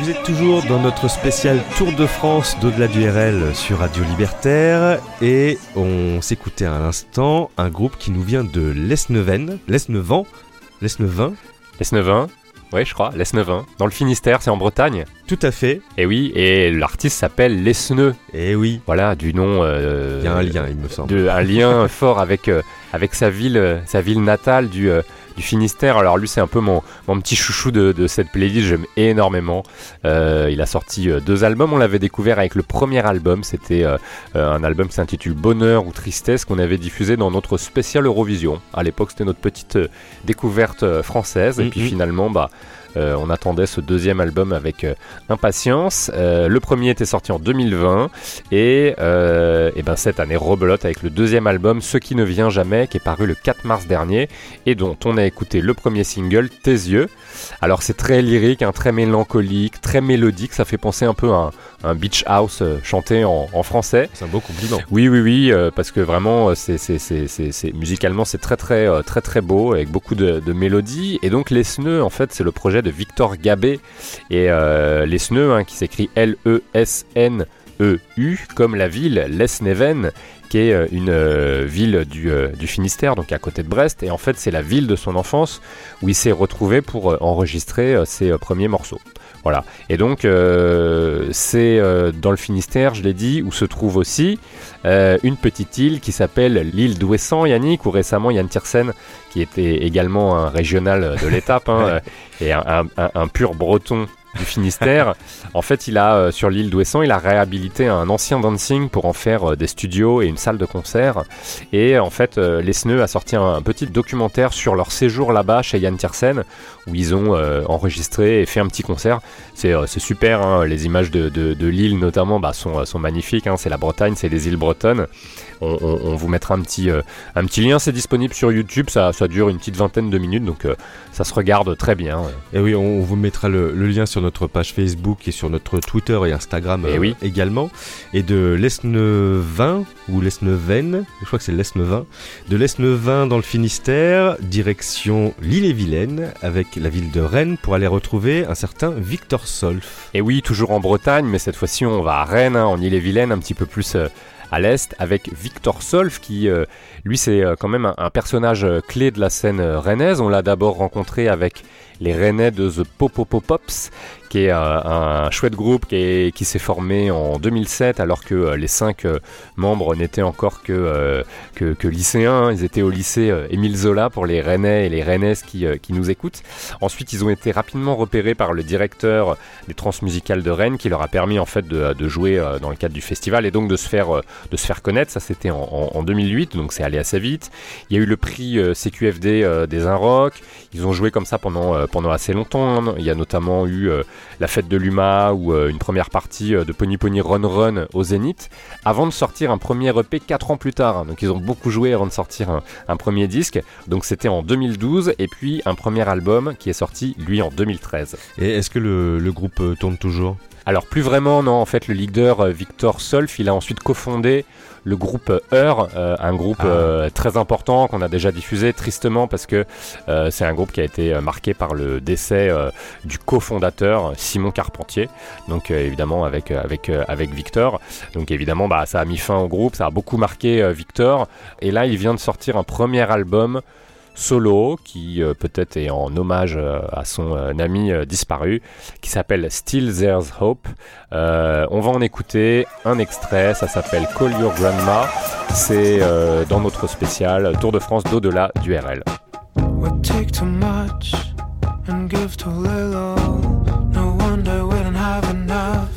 vous êtes toujours dans notre spécial Tour de France d'au-delà du RL sur Radio Libertaire et on s'écoutait à l'instant un groupe qui nous vient de Lesneven, ouais, je crois, Lesneven, dans le Finistère, c'est en Bretagne. Tout à fait. Et oui, et l'artiste s'appelle Lesneux. Et oui. Voilà, du nom. Il y a un lien, il me semble. Un lien fort avec sa ville natale du Finistère. Alors lui, c'est un peu mon petit chouchou de cette playlist. J'aime énormément. Il a sorti 2 albums. On l'avait découvert avec le premier album. C'était un album qui s'intitule Bonheur ou Tristesse qu'on avait diffusé dans notre spécial Eurovision. À l'époque, c'était notre petite découverte française. Et puis finalement, on attendait ce deuxième album avec impatience. Le premier était sorti en 2020 et cette année rebelote avec le deuxième album Ce qui ne vient jamais, qui est paru le 4 mars dernier et dont on a écouté le premier single Tes yeux. Alors c'est très lyrique, très mélancolique, très mélodique, ça fait penser un peu à un beach house chanté en français. C'est un beau compliment. Oui, parce que vraiment c'est musicalement c'est très beau avec beaucoup de mélodies. Et donc Lesneven, en fait, c'est le projet de Victor Gabé et Lesneven, qui s'écrit Lesneu comme la ville Lesneven, qui est une ville du Finistère, donc à côté de Brest. Et en fait, c'est la ville de son enfance où il s'est retrouvé pour enregistrer ses premiers morceaux. Voilà. Et donc, c'est dans le Finistère, je l'ai dit, où se trouve aussi une petite île qui s'appelle l'île d'Ouessant, Yannick, où récemment Yann Tiersen, qui était également un régional de l'étape, et un pur breton du Finistère. En fait, il a sur l'île d'Ouessant, il a réhabilité un ancien dancing pour en faire des studios et une salle de concert. Et en fait, Lesneven a sorti un petit documentaire sur leur séjour là-bas chez Yann Tiersen, où ils ont enregistré et fait un petit concert. C'est super, les images de l'île notamment sont magnifiques. C'est la Bretagne, c'est les îles bretonnes. On vous mettra un petit lien, c'est disponible sur YouTube, ça dure une petite vingtaine de minutes, donc ça se regarde très bien. Et oui, on vous mettra le lien sur notre page Facebook et sur notre Twitter et Instagram également. Et de Lesneven, ou Lesneven, je crois que c'est Lesneven, de Lesneven dans le Finistère, direction l'Ille-et-Vilaine, avec la ville de Rennes, pour aller retrouver un certain Victor Solf. Et oui, toujours en Bretagne, mais cette fois-ci on va à Rennes, en Ille-et-Vilaine, un petit peu plus à l'est, avec Victor Solf, qui lui c'est quand même un personnage clé de la scène rennaise. On l'a d'abord rencontré avec les Rennais de The Popopopops, qui est un chouette groupe qui s'est formé en 2007, alors que les 5 membres n'étaient encore que lycéens. Ils étaient au lycée Émile Zola pour les Rennais et les Rennaises qui nous écoutent. Ensuite, ils ont été rapidement repérés par le directeur des Transmusicales de Rennes, qui leur a permis en fait de jouer dans le cadre du festival et donc de se faire connaître. Ça, c'était en 2008, donc c'est allé assez vite. Il y a eu le prix CQFD des Inrock. Ils ont joué comme ça pendant assez longtemps. Il y a notamment eu la fête de l'UMA ou une première partie de Pony Pony Run Run au Zénith, avant de sortir un premier EP 4 ans plus tard. Donc ils ont beaucoup joué avant de sortir un premier disque. Donc c'était en 2012, et puis un premier album qui est sorti lui en 2013. Et est-ce que le groupe tourne toujours ? Alors plus vraiment, non. En fait, le leader Victor Solf, il a ensuite cofondé le groupe Heure, un groupe très important qu'on a déjà diffusé tristement, parce que c'est un groupe qui a été marqué par le décès du cofondateur Simon Carpentier. Donc évidemment avec Victor. Donc évidemment ça a mis fin au groupe, ça a beaucoup marqué Victor. Et là, il vient de sortir un premier album solo qui peut-être est en hommage à son ami disparu, qui s'appelle Still There's Hope. On va en écouter un extrait, ça s'appelle Call Your Grandma. C'est dans notre spécial Tour de France d'au-delà du RL. We take too much and give too little. No wonder we don't have enough.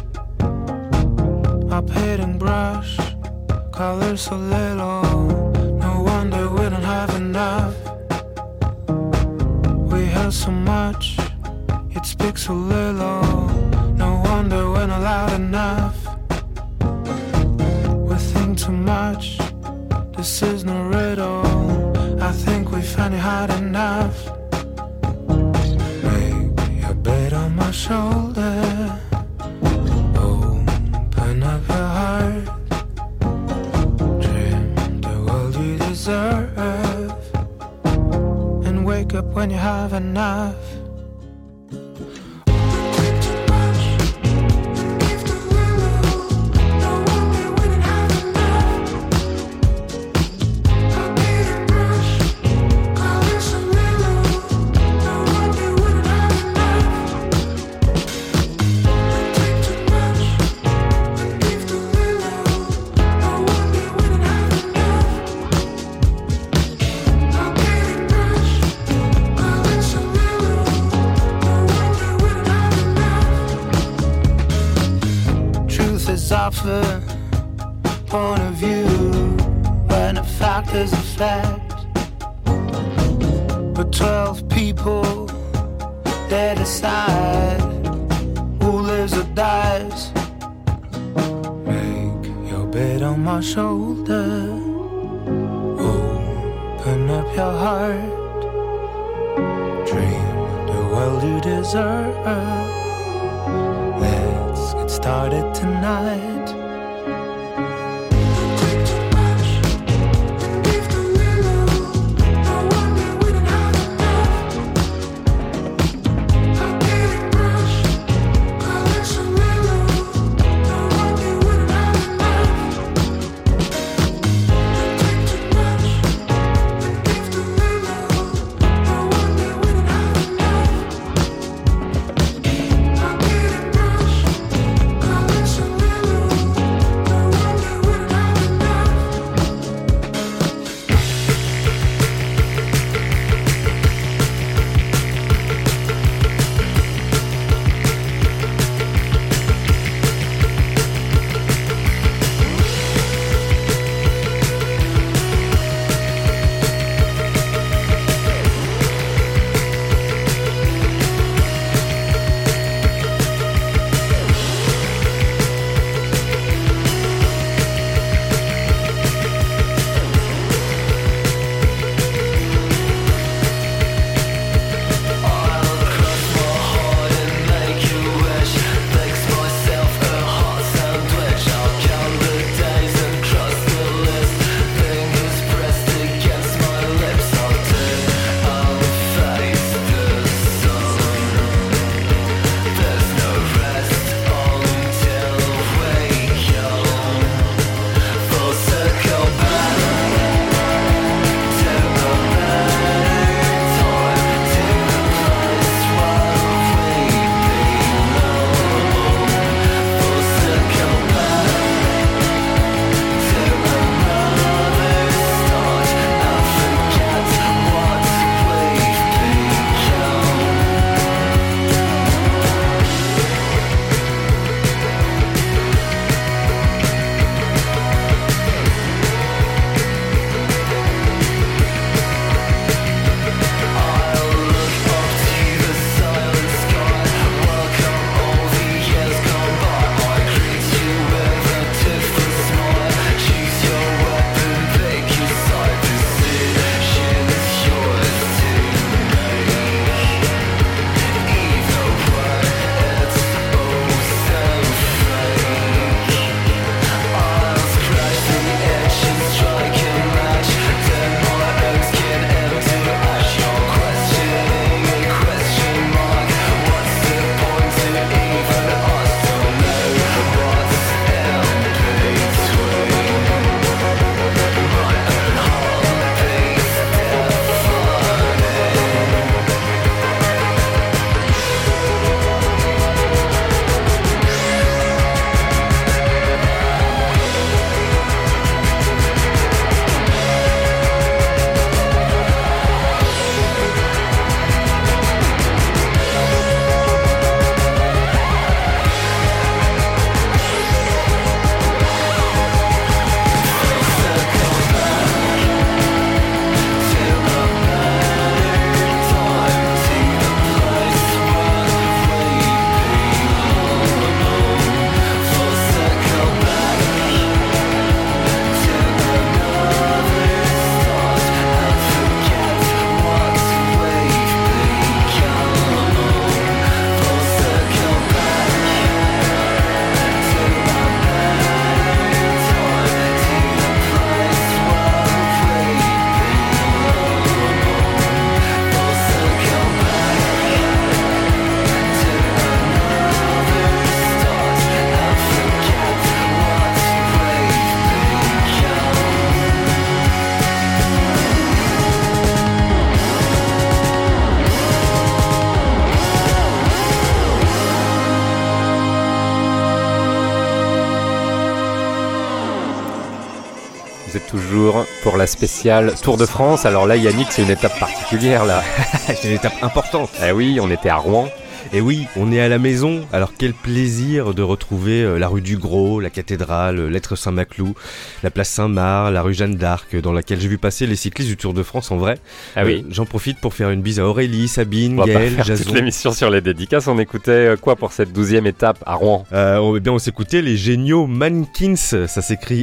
Our painting brush, color so little. No wonder we don't have enough. We have so much, it speaks so little. No wonder we're not loud enough. We think too much, this is no riddle. I think we find it hard enough. Maybe a bit on my shoulder. Open up your heart. Dream the world you deserve. And wake up when you have enough. We take too much. different point of view when a fact is a fact. But 12 people, they decide who lives or dies. Make your bed on my shoulder. Open up your heart. Dream the world you deserve. Let's get started tonight. Vous êtes toujours pour la spéciale Tour de France. Alors là, Yannick, c'est une étape particulière là. C'est une étape importante. Eh oui, on était à Rouen. Et oui, on est à la maison, alors quel plaisir de retrouver la rue du Gros, la cathédrale, l'Être Saint-Maclou, la place Saint-Marc, la rue Jeanne d'Arc, dans laquelle j'ai vu passer les cyclistes du Tour de France en vrai. Ah oui. J'en profite pour faire une bise à Aurélie, Sabine, On va Gaël, pas faire Jason. toute l'émission sur les dédicaces, on écoutait quoi pour cette 12e étape à Rouen? On s'écoutait les géniaux Mankins, ça s'écrit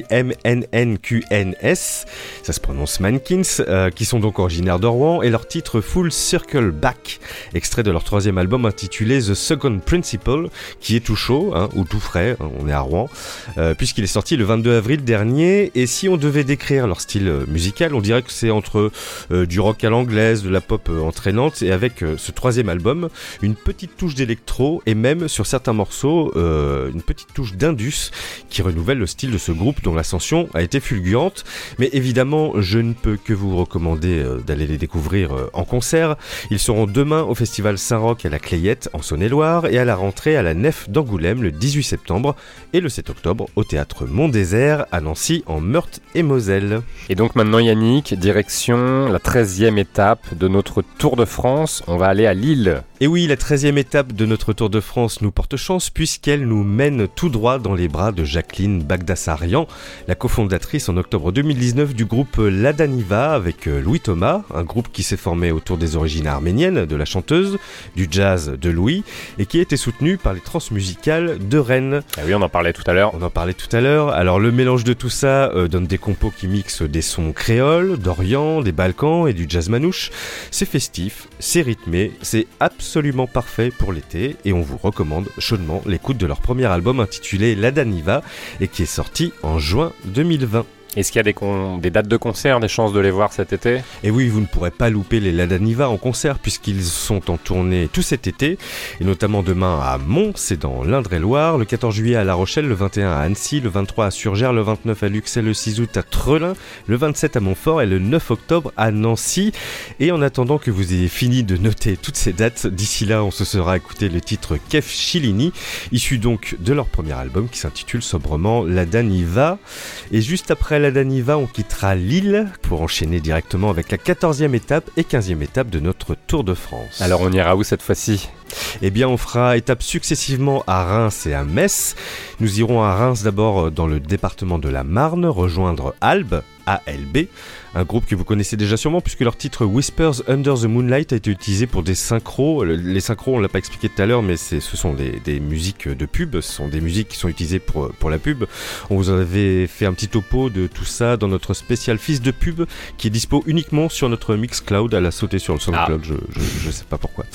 M-N-N-Q-N-S, ça se prononce Mankins, qui sont donc originaires de Rouen, et leur titre Full Circle Back, extrait de leur 3e album intitulé The Second Principle, qui est tout chaud, ou tout frais, on est à Rouen, puisqu'il est sorti le 22 avril dernier, et si on devait décrire leur style musical, on dirait que c'est entre du rock à l'anglaise, de la pop entraînante, et avec ce 3e album, une petite touche d'électro, et même sur certains morceaux, une petite touche d'indus, qui renouvelle le style de ce groupe dont l'ascension a été fulgurante. Mais évidemment, je ne peux que vous recommander d'aller les découvrir en concert. Ils seront demain au Festival Saint-Roch à la Clayette, en Saône-et-Loire, et à la rentrée à la Nef d'Angoulême le 18 septembre et le 7 octobre au Théâtre Mont-Désert à Nancy en Meurthe-et-Moselle. Et donc maintenant Yannick, direction la 13e étape de notre Tour de France, on va aller à Lille. Et oui, la 13e étape de notre Tour de France nous porte chance puisqu'elle nous mène tout droit dans les bras de Jacqueline Bagdassarian, la cofondatrice en octobre 2019 du groupe Ladaniva avec Louis Thomas, un groupe qui s'est formé autour des origines arméniennes de la chanteuse, du jazz de Louis, et qui a été soutenu par les transmusicales de Rennes. Ah oui, on en parlait tout à l'heure. Alors le mélange de tout ça donne des compos qui mixent des sons créoles, d'Orient, des Balkans et du jazz manouche. C'est festif, c'est rythmé, c'est absolument parfait pour l'été, et on vous recommande chaudement l'écoute de leur premier album intitulé Ladaniva et qui est sorti en juin 2020. Est-ce qu'il y a des dates de concert, des chances de les voir cet été? Et oui, vous ne pourrez pas louper les Ladaniva en concert puisqu'ils sont en tournée tout cet été, et notamment demain à Mons, c'est dans l'Indre-et-Loire, le 14 juillet à La Rochelle, le 21 à Annecy, le 23 à Surgères, le 29 à Luxeuil, le 6 août à Trelin, le 27 à Montfort et le 9 octobre à Nancy. Et en attendant que vous ayez fini de noter toutes ces dates, d'ici là on se sera écouté le titre Kef Chilini, issu donc de leur premier album qui s'intitule sobrement Ladaniva. Et juste après Ladaniva, on quittera Lille pour enchaîner directement avec la 14e étape et 15e étape de notre Tour de France. Alors on ira où cette fois-ci? Eh bien on fera étape successivement à Reims et à Metz. Nous irons à Reims d'abord dans le département de la Marne, rejoindre Albe, ALB, un groupe que vous connaissez déjà sûrement puisque leur titre Whispers Under the Moonlight a été utilisé pour des synchros. Les synchros, on l'a pas expliqué tout à l'heure, mais ce sont des musiques de pub, ce sont des musiques qui sont utilisées pour la pub. On vous avait fait un petit topo de tout ça dans notre spécial Fils de pub qui est dispo uniquement sur notre Mixcloud. Elle a sauté sur le SoundCloud, je sais pas pourquoi.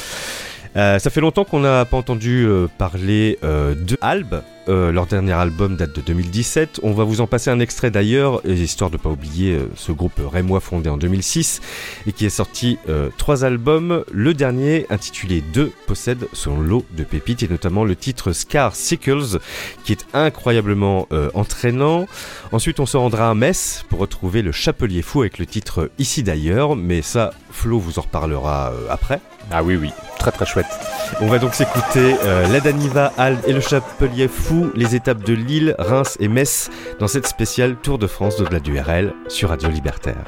Ça fait longtemps qu'on n'a pas entendu parler de Albe. Leur dernier album date de 2017. On va vous en passer un extrait d'ailleurs, histoire de ne pas oublier ce groupe rémois fondé en 2006 et qui est sorti 3 albums. Le dernier, intitulé 2, possède son lot de pépites et notamment le titre Scar Sickles qui est incroyablement entraînant. Ensuite, on se rendra à Metz pour retrouver le Chapelier Fou avec le titre Ici d'ailleurs, mais ça, Flo vous en reparlera après. Ah oui, très très chouette. On va donc s'écouter Ladaniva, Albe et le Chapelier Fou, les étapes de Lille, Reims et Metz dans cette spéciale Tour de France d'au-delà du RL sur Radio Libertaire.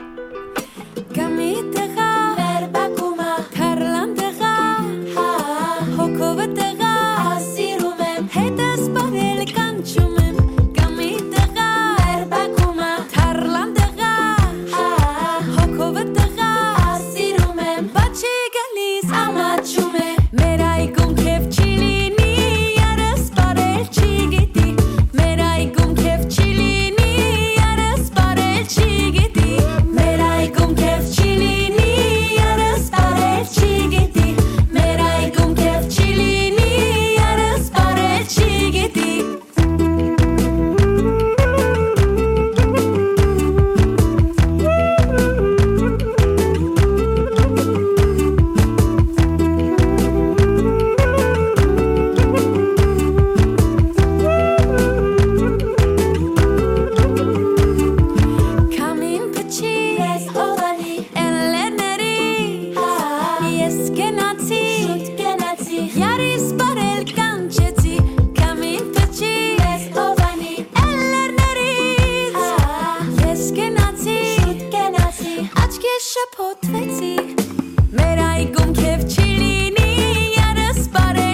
Merai gum kef chilini, yara spare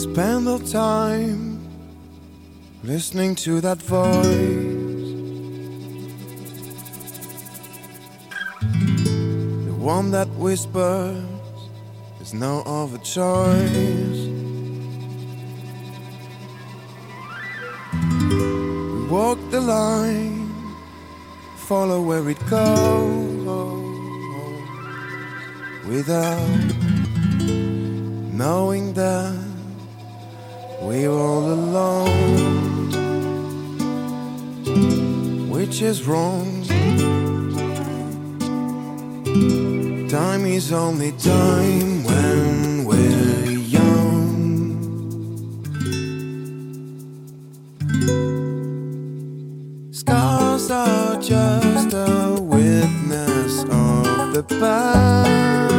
spend our time listening to that voice, the one that whispers there's no other choice. We walk the line, follow where it goes, without knowing that we're all alone, which is wrong. Time is only time when we're young. Scars are just a witness of the past.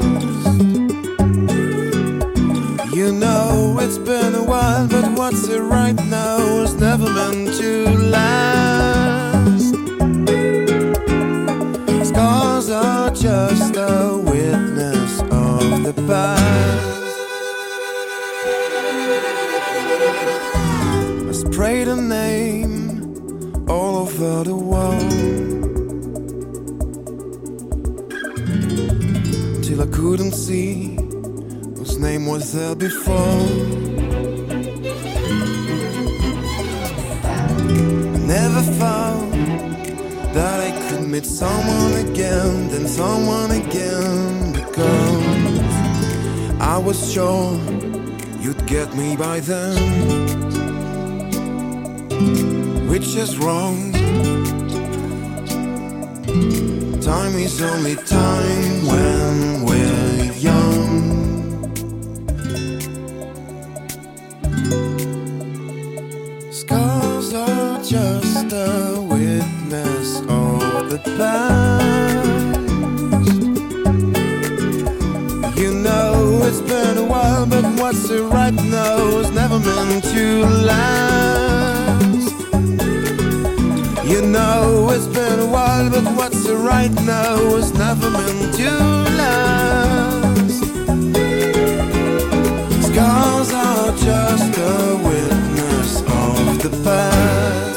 You know it's been a while, but what's it right now was never meant to last. Scars are just a witness of the past. I sprayed a name all over the world till I couldn't see whose name was there before. I never thought that I could meet someone again, then someone again, because I was sure you'd get me by then, which is wrong. Time is only time when we're young. Scars are just a witness of the past. You know it's been a while, but what's it right now was never meant to last. You know it's been a while, but what's it right now was never meant to last. Scars are just a witness of the past.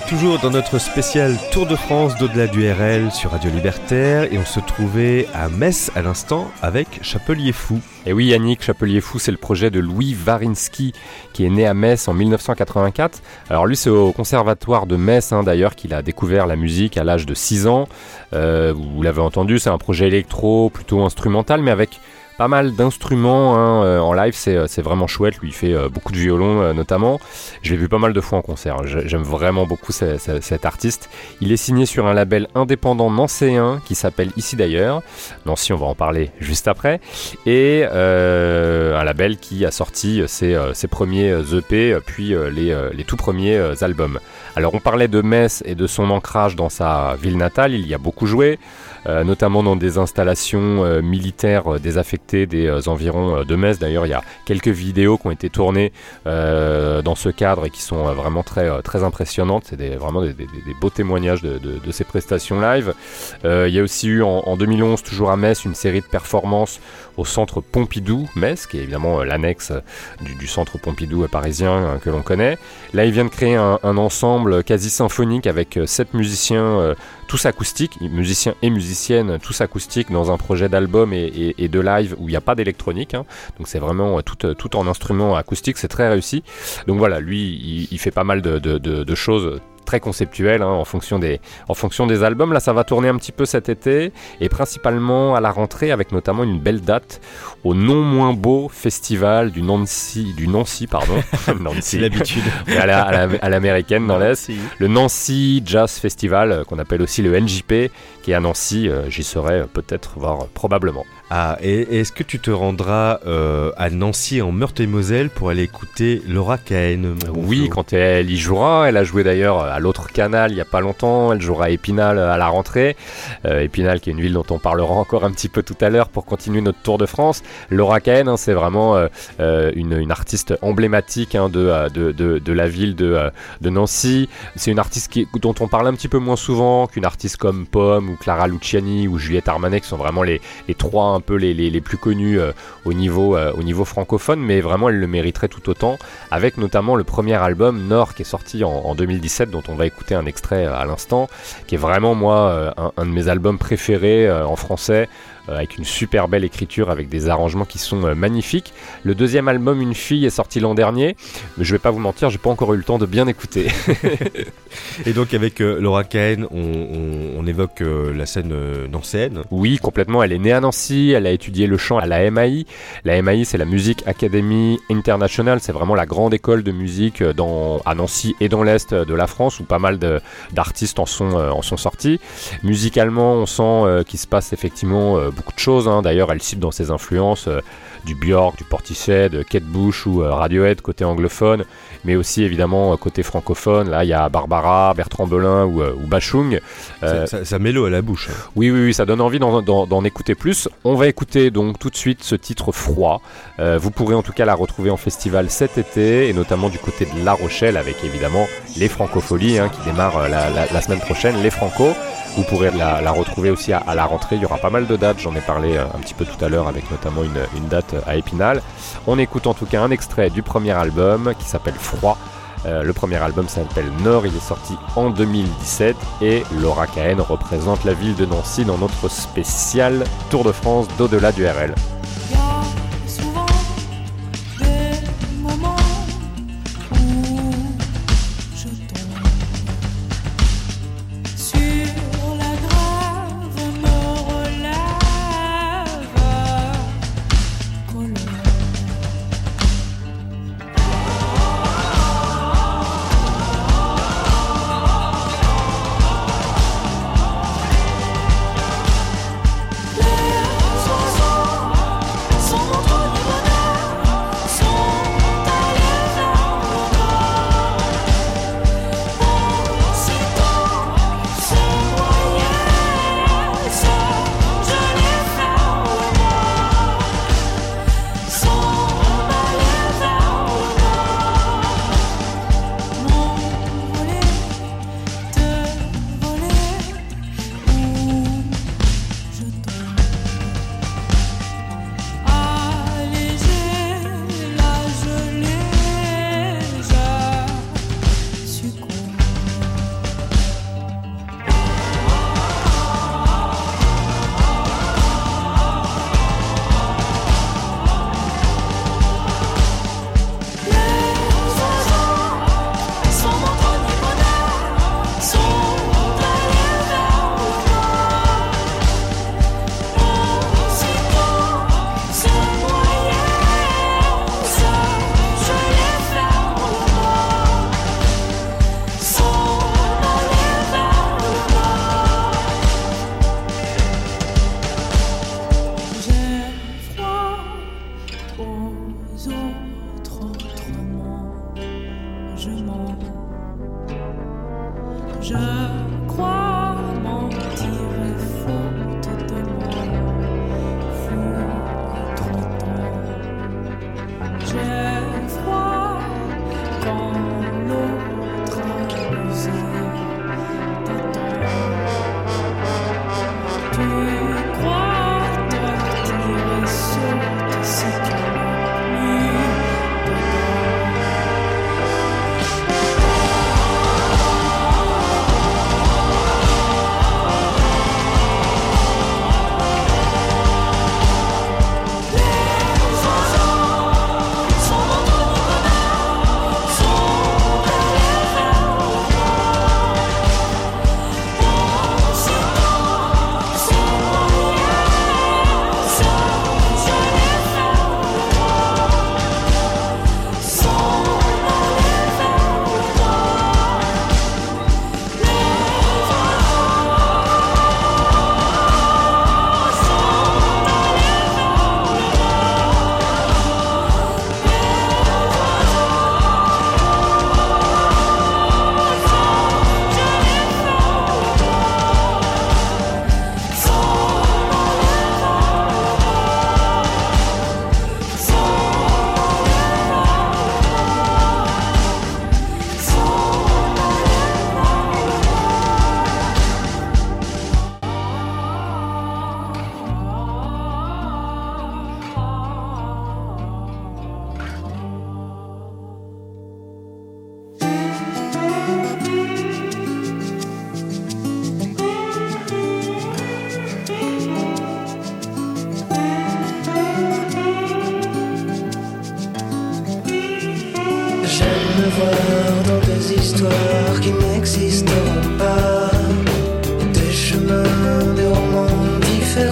toujours dans notre spécial Tour de France d'au-delà du RL sur Radio Libertaire et on se trouvait à Metz à l'instant avec Chapelier Fou. Et oui Yannick, Chapelier Fou, c'est le projet de Louis Wariński qui est né à Metz en 1984. Alors lui c'est au conservatoire de Metz d'ailleurs qu'il a découvert la musique à l'âge de 6 ans. Vous l'avez entendu, c'est un projet électro, plutôt instrumental mais avec pas mal d'instruments en live, c'est vraiment chouette. Lui il fait beaucoup de violon notamment. Je l'ai vu pas mal de fois en concert. J'aime vraiment beaucoup cet artiste. Il est signé sur un label indépendant nancéen qui s'appelle Ici d'ailleurs. Nancy, on va en parler juste après. Et un label qui a sorti ses premiers EP puis les tout premiers albums. Alors on parlait de Metz et de son ancrage dans sa ville natale. Il y a beaucoup joué. Notamment dans des installations militaires désaffectées des environs de Metz. D'ailleurs, il y a quelques vidéos qui ont été tournées dans ce cadre et qui sont vraiment très, très impressionnantes. C'est vraiment des beaux témoignages de ces prestations live. Il y a aussi eu en 2011, toujours à Metz, une série de performances au centre Pompidou, Metz, qui est évidemment l'annexe du centre Pompidou parisien que l'on connaît. Là, il vient de créer un ensemble quasi symphonique avec 7 musiciens, tous acoustiques, musiciens et musiciennes, tous acoustiques dans un projet d'album et de live où il n'y a pas d'électronique. Donc c'est vraiment tout en instruments acoustiques, c'est très réussi. Donc voilà, lui, il fait pas mal de choses très conceptuel en fonction des albums. Là ça va tourner un petit peu cet été et principalement à la rentrée avec notamment une belle date au non moins beau festival du Nancy Nancy, c'est l'habitude à l'américaine dans l'Est, le Nancy Jazz Festival qu'on appelle aussi le NJP qui est à Nancy. J'y serai peut-être, voire probablement. Ah, et est-ce que tu te rendras à Nancy en Meurthe-et-Moselle pour aller écouter Laura Cahen? Oui, quand elle y jouera. Elle a joué d'ailleurs à l'autre canal il n'y a pas longtemps. Elle jouera à Épinal à la rentrée. Épinal qui est une ville dont on parlera encore un petit peu tout à l'heure pour continuer notre tour de France. Laura Cahen, c'est vraiment une artiste emblématique de la ville de Nancy. C'est une artiste dont on parle un petit peu moins souvent qu'une artiste comme Pomme ou Clara Luciani ou Juliette Armanet qui sont vraiment les trois un peu les plus connus au niveau francophone, mais vraiment elle le mériterait tout autant, avec notamment le premier album Nord qui est sorti en 2017 dont on va écouter un extrait à l'instant, qui est vraiment moi un de mes albums préférés en français, avec une super belle écriture, avec des arrangements qui sont magnifiques. Le deuxième album Une fille est sorti l'an dernier, mais je vais pas vous mentir, j'ai pas encore eu le temps de bien écouter. Et donc avec Laura Cahen, on évoque la scène nancéenne. Oui, complètement, elle est née à Nancy, elle a étudié le chant à la MAI. La MAI, c'est la Music Academy International, c'est vraiment la grande école de musique à Nancy et dans l'Est de la France, où pas mal d'artistes en sont sortis. Musicalement, on sent qu'il se passe effectivement beaucoup de choses. D'ailleurs, elle cite dans ses influences du Björk, du Portishead, Kate Bush ou Radiohead côté anglophone, mais aussi évidemment côté francophone. Là, il y a Barbara, Bertrand Belin ou Bachung. Ça met l'eau à la bouche. Oui, ça donne envie d'en écouter plus. On va écouter donc tout de suite ce titre Froid. Vous pourrez en tout cas la retrouver en festival cet été, et notamment du côté de La Rochelle, avec évidemment les Francopholies qui démarrent la semaine prochaine, les Franco. Vous pourrez la retrouver aussi à la rentrée. Il y aura pas mal de dates, j'en ai parlé un petit peu tout à l'heure, avec notamment une date à Épinal. On écoute en tout cas un extrait du premier album qui s'appelle Froid. Le premier album s'appelle Nord, il est sorti en 2017 et Laura Cahen représente la ville de Nancy dans notre spécial Tour de France d'au-delà du RL. Soir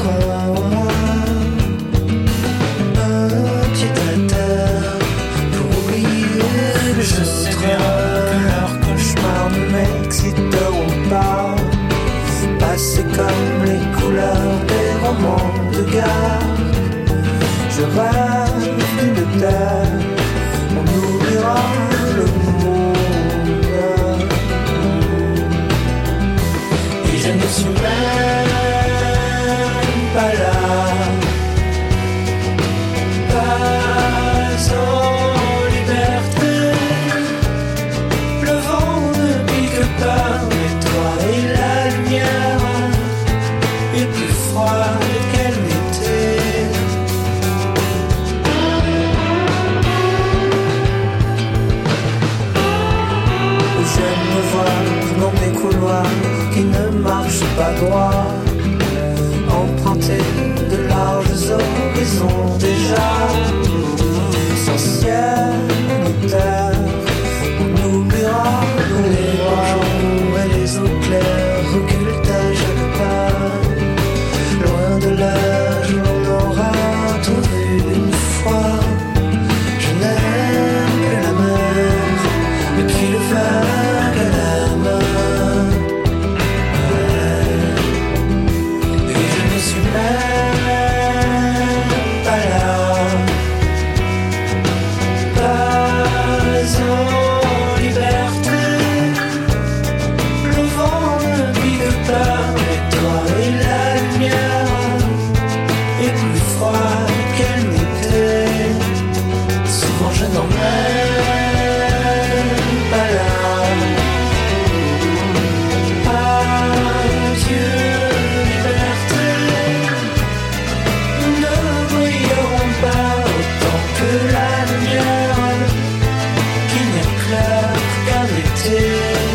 oubliera au moins un pied à terre pour oublier les autres. Que leurs cauchemars ne m'exciteront pas. Passer comme les couleurs des romans de gare. Je rêve d'une terre, on oubliera le monde. Et je ne suis même pas là, pas en liberté. Le vent ne pique pas, mais toi et la lumière est plus froide qu'elle n'était. Je me vois dans des couloirs qui ne marchent pas droit, emprunter de larges horizons déjà, sans ciel ni terre. On oubliera les bourgeons et les eaux claires reculent à chaque pas, loin de l'âge où l'on aura tout vu une fois. Je n'aime plus la mer, et puis le vague à la main. Et je ne suis même pas là, pas en liberté. Le vent ne pique pas, mais toi et la lumière est plus froide qu'elle n'était. Souvent je n'emmène pas là. Adieu liberté, nous ne brillerons pas autant que la lumière qui n'éclaire qu'un été.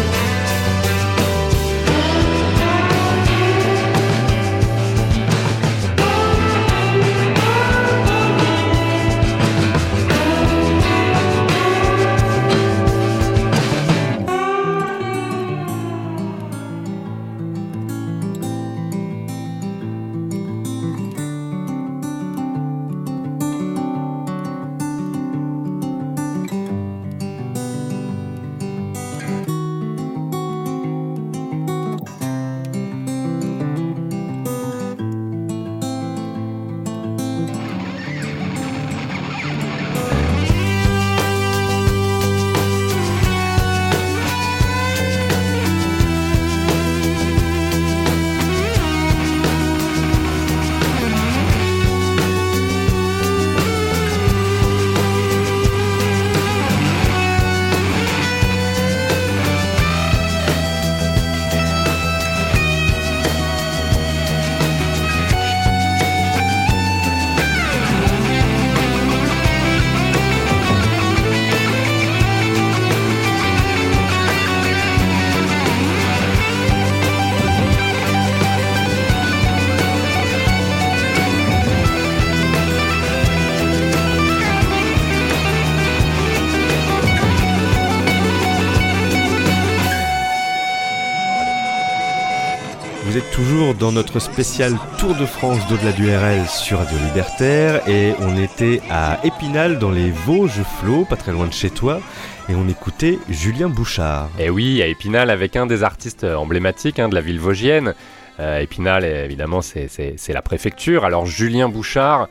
Vous êtes toujours dans notre spécial Tour de France d'au-delà du RL sur Radio Libertaire et on était à Épinal dans les Vosges, Flo, pas très loin de chez toi, et on écoutait Julien Bouchard. Et oui, à Épinal avec un des artistes emblématiques de la ville vosgienne. Épinal, évidemment, c'est la préfecture. Alors Julien Bouchard,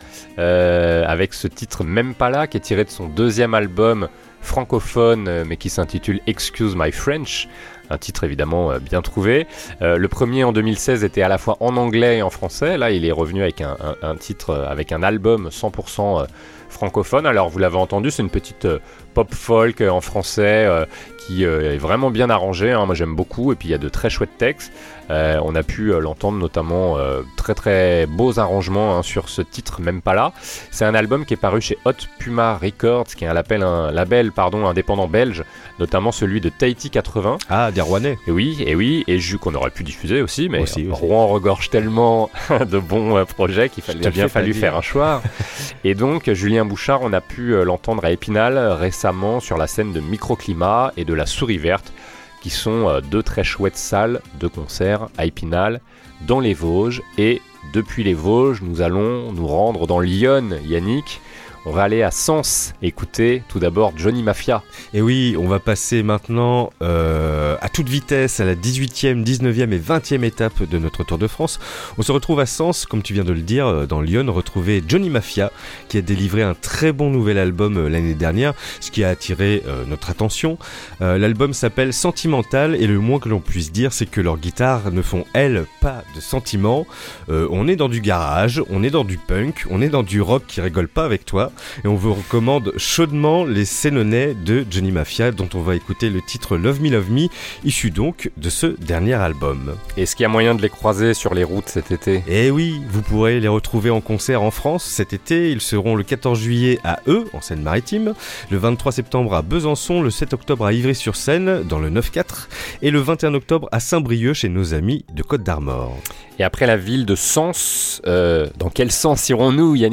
avec ce titre Même pas là, qui est tiré de son deuxième album francophone, mais qui s'intitule Excuse My French. Un titre évidemment bien trouvé. Le premier en 2016 était à la fois en anglais et en français. Là, il est revenu avec un titre, avec un album 100% francophone. Alors, vous l'avez entendu, c'est une petite pop folk en français qui est vraiment bien arrangée. Moi, j'aime beaucoup. Et puis, il y a de très chouettes textes. On a pu l'entendre notamment très très beaux arrangements sur ce titre Même pas là. C'est un album qui est paru chez Hot Puma Records, qui est un label indépendant belge, notamment celui de Tahiti 80. Ah, des Rouennais. Et oui, et qu'on aurait pu diffuser aussi, mais Rouen regorge tellement de bons projets qu'il a bien fallu faire un choix. Et donc Julien Bouchard, on a pu l'entendre à Épinal récemment sur la scène de Microclimat et de la Souris Verte, qui sont deux très chouettes salles de concert à Épinal, dans les Vosges et depuis les Vosges, nous allons nous rendre dans l'Yonne, Yannick. On va aller à Sens écouter tout d'abord Johnny Mafia. Et oui, on va passer maintenant à toute vitesse à la 18e, 19e et 20e étape de notre Tour de France. On se retrouve à Sens, comme tu viens de le dire, dans Lyon, retrouver Johnny Mafia, qui a délivré un très bon nouvel album l'année dernière, ce qui a attiré notre attention. L'album s'appelle Sentimental et le moins que l'on puisse dire, c'est que leurs guitares ne font, elles, pas de sentiments. On est dans du garage, on est dans du punk, on est dans du rock qui rigole pas avec toi. Et on vous recommande chaudement les Sénonais de Johnny Mafia, dont on va écouter le titre Love Me, issu donc de ce dernier album. Est-ce qu'il y a moyen de les croiser sur les routes cet été ? Eh oui, vous pourrez les retrouver en concert en France cet été. Ils seront le 14 juillet à Eu, en Seine-Maritime, le 23 septembre à Besançon, le 7 octobre à Ivry-sur-Seine, dans le 9-4, et le 21 octobre à Saint-Brieuc, chez nos amis de Côte-d'Armor. Et après la ville de Sens, dans quel sens irons-nous, Yannick ?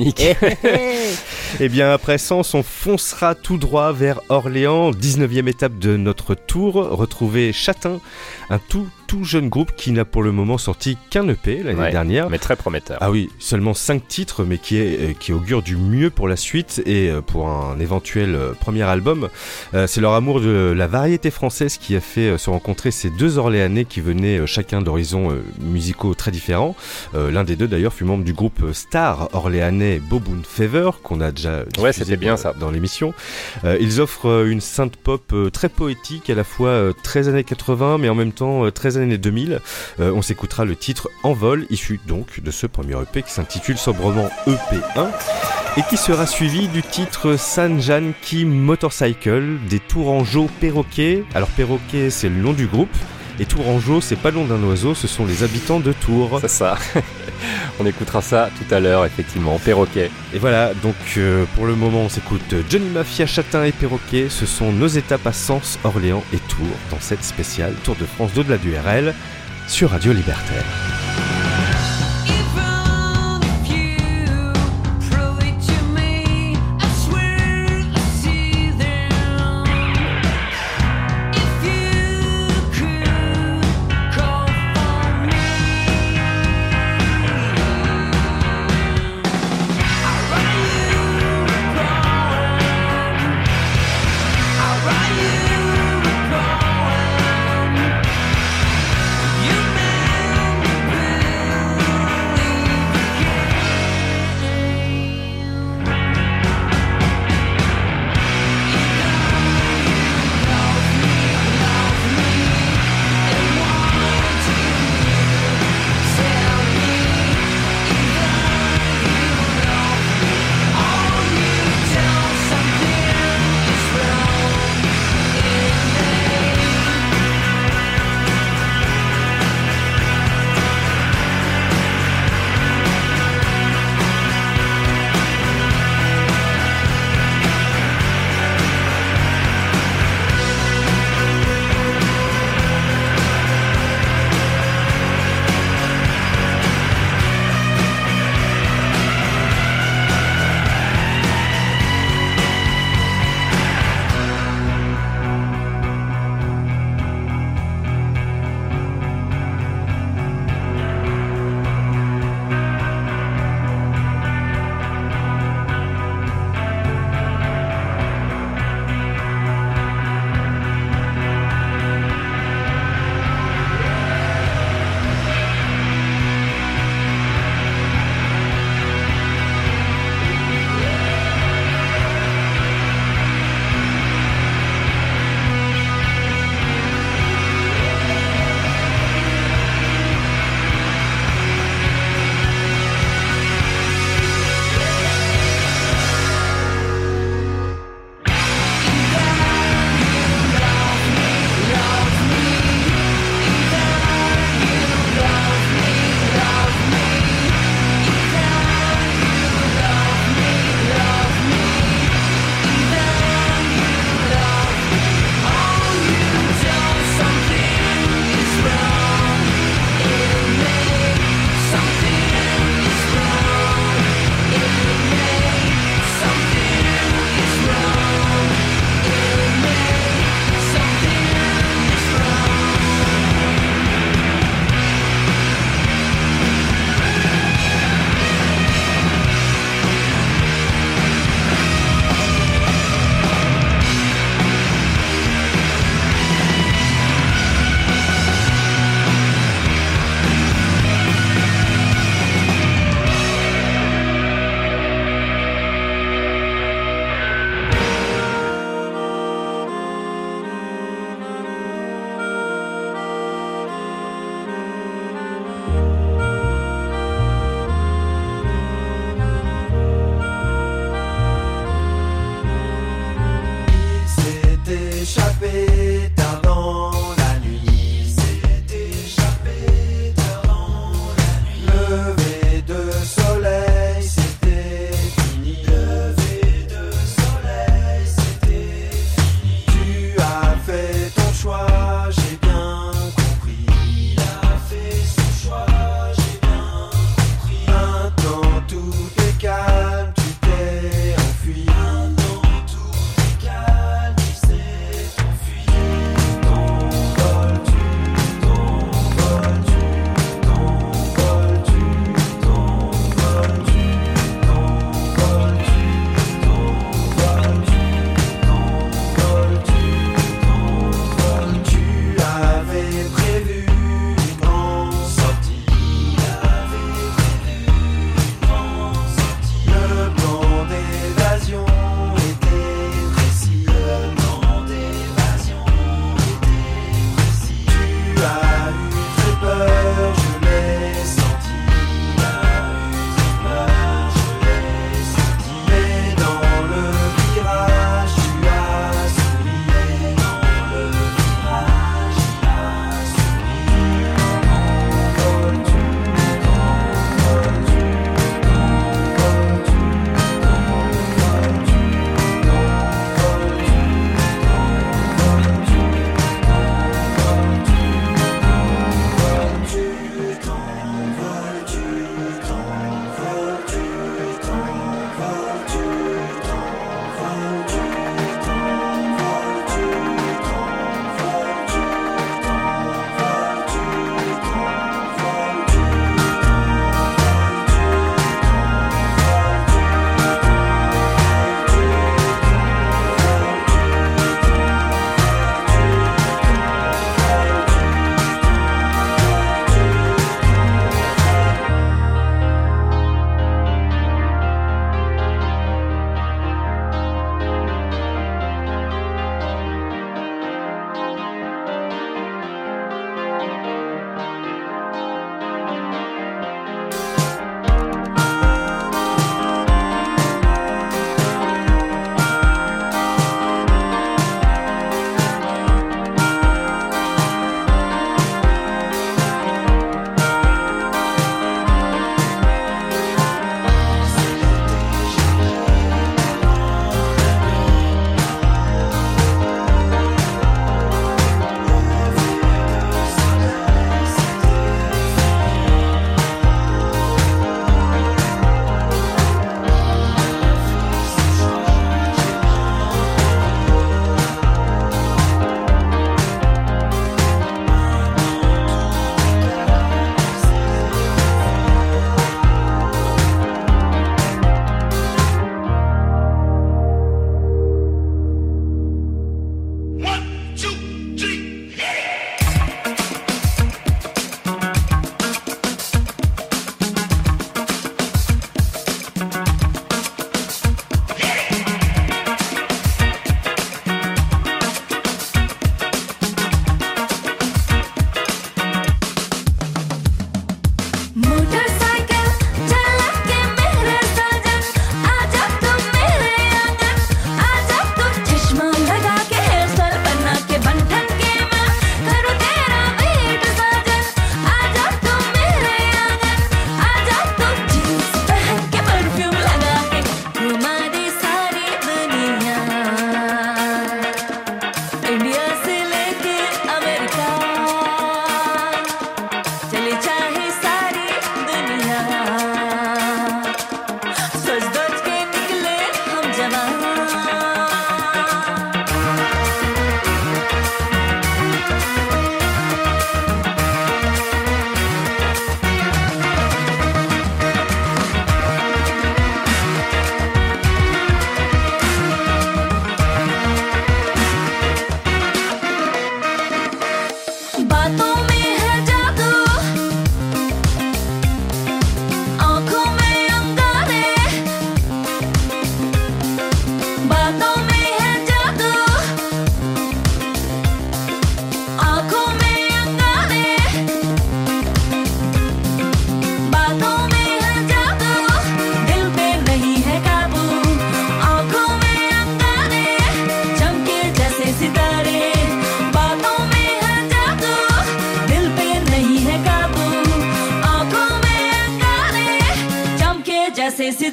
Eh bien, après Sens, on foncera tout droit vers Orléans, 19e étape de notre tour. Retrouver Châtain, un tout jeune groupe qui n'a pour le moment sorti qu'un EP l'année dernière. Mais très prometteur. Ah oui, seulement 5 titres, mais qui augure du mieux pour la suite et pour un éventuel premier album. C'est leur amour de la variété française qui a fait se rencontrer ces deux Orléanais qui venaient chacun d'horizons musicaux très différents. L'un des deux d'ailleurs fut membre du groupe star orléanais Boboon Fever, qu'on a déjà diffusé c'était bien ça dans l'émission. Ils offrent une synth pop très poétique, à la fois très années 80 mais en même temps très années 2000. On s'écoutera le titre Envol, issu donc de ce premier EP qui s'intitule sobrement EP1 et qui sera suivi du titre San Janki Motorcycle des Tourangeaux Perroquets. Alors Perroquet, c'est le nom du groupe, et Tourangeau, c'est pas le nom d'un oiseau, ce sont les habitants de Tours. C'est ça. On écoutera ça tout à l'heure, effectivement, Perroquet. Et voilà, donc pour le moment, on s'écoute Johnny Mafia, Châtain et Perroquet. Ce sont nos étapes à Sens, Orléans et Tours dans cette spéciale Tour de France d'au-delà du RL sur Radio Libertaire. You man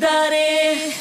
olvidaré.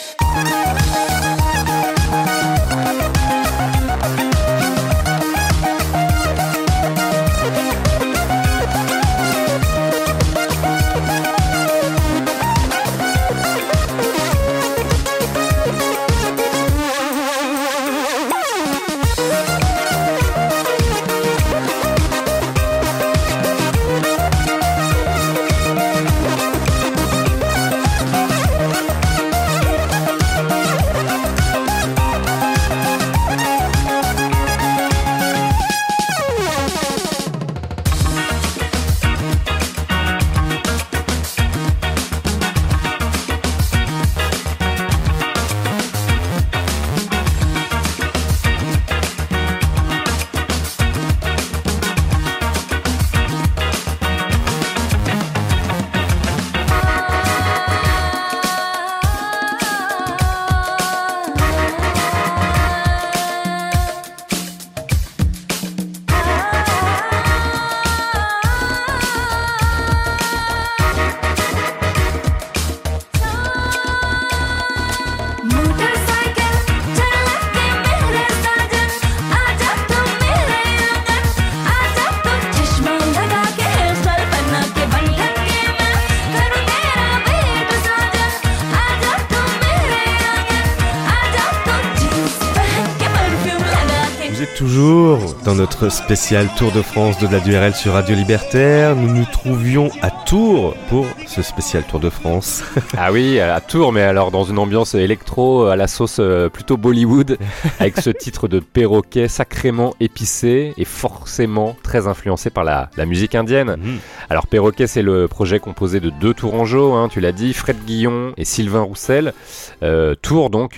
Toujours dans notre spécial Tour de France de la DURL sur Radio Libertaire, nous nous trouvions à Tours pour ce spécial Tour de France. Ah oui, à Tours, mais alors dans une ambiance électro à la sauce plutôt Bollywood, avec ce titre de perroquet sacrément épicé et forcément très influencé par la musique indienne. Alors Perroquet, c'est le projet composé de 2 Tourangeaux, hein, tu l'as dit, Fred Guillon et Sylvain Roussel. Tours donc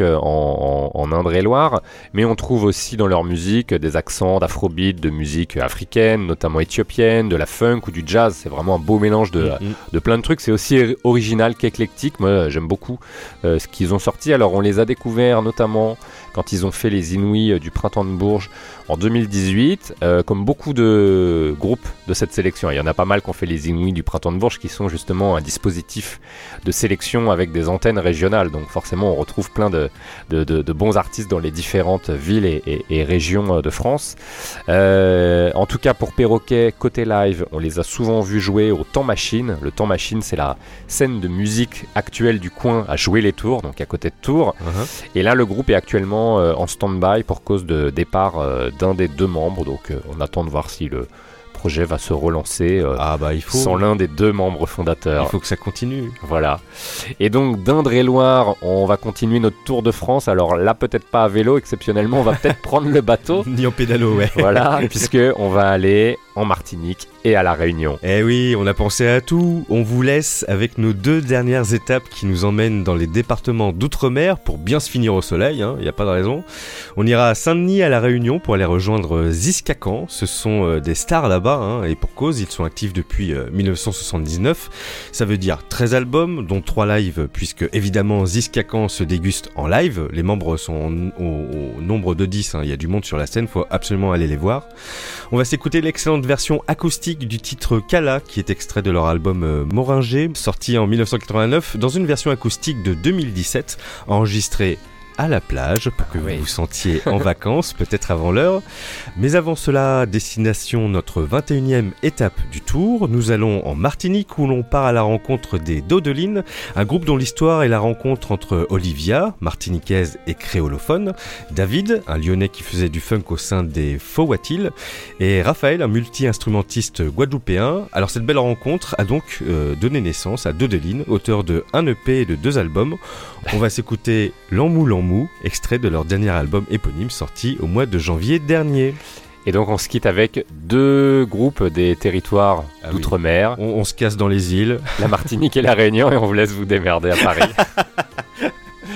en Indre-et-Loire, mais on trouve aussi dans leur musique des accents d'afrobeat, de musique africaine, notamment éthiopienne, de la funk ou du jazz. C'est vraiment un beau mélange de plein de trucs. C'est aussi original qu'éclectique. Moi, j'aime beaucoup ce qu'ils ont sorti. Alors, on les a découverts notamment quand ils ont fait les Inouïs du Printemps de Bourges en 2018, comme beaucoup de groupes de cette sélection. Il y en a pas mal qui ont fait les Inouïs du Printemps de Bourges, qui sont justement un dispositif de sélection avec des antennes régionales. Donc forcément, on retrouve plein de bons artistes dans les différentes villes et régions de France. En tout cas, pour Perroquet, côté live, on les a souvent vus jouer au Temps Machine. Le Temps Machine, c'est la scène de musique actuelle du coin à Jouer les Tours, donc à côté de Tours. Et là, le groupe est actuellement en stand-by pour cause de départ d'un des 2 membres. Donc on attend de voir si le projet va se relancer sans l'un des 2 membres fondateurs. Il faut que ça continue. Voilà. Et donc d'Indre-et-Loire, on va continuer notre Tour de France. Alors là, peut-être pas à vélo, exceptionnellement, on va peut-être prendre le bateau. Ni en pédalo, ouais. Voilà, puisque on va aller en Martinique et à La Réunion. Eh oui, on a pensé à tout. On vous laisse avec nos 2 dernières étapes qui nous emmènent dans les départements d'outre-mer pour bien se finir au soleil, hein, y a pas de raison. On ira à Saint-Denis à La Réunion pour aller rejoindre Ziskakan. Ce sont des stars là-bas, hein, et pour cause, ils sont actifs depuis 1979. Ça veut dire 13 albums, dont 3 lives, puisque évidemment Ziskakan se déguste en live. Les membres sont au nombre de 10, hein, il y a du monde sur la scène, faut absolument aller les voir. On va s'écouter l'excellente version acoustique du titre Kala, qui est extrait de leur album Moringer, sorti en 1989, dans une version acoustique de 2017, enregistrée à la plage pour que vous vous sentiez en vacances, peut-être avant l'heure. Mais avant cela, destination notre 21e étape du tour. Nous allons en Martinique où l'on part à la rencontre des Dodelines, un groupe dont l'histoire est la rencontre entre Olivia, martiniquaise et créolophone, David, un Lyonnais qui faisait du funk au sein des Faux-Watil, et Raphaël, un multi-instrumentiste guadeloupéen. Alors cette belle rencontre a donc donné naissance à Dodelines, auteur de 1 EP et de 2 albums. On va s'écouter L'Amou, extrait de leur dernier album éponyme sorti au mois de janvier dernier. Et donc on se quitte avec 2 groupes des territoires d'outre-mer. Oui. On se casse dans les îles. La Martinique et la Réunion, et on vous laisse vous démerder à Paris.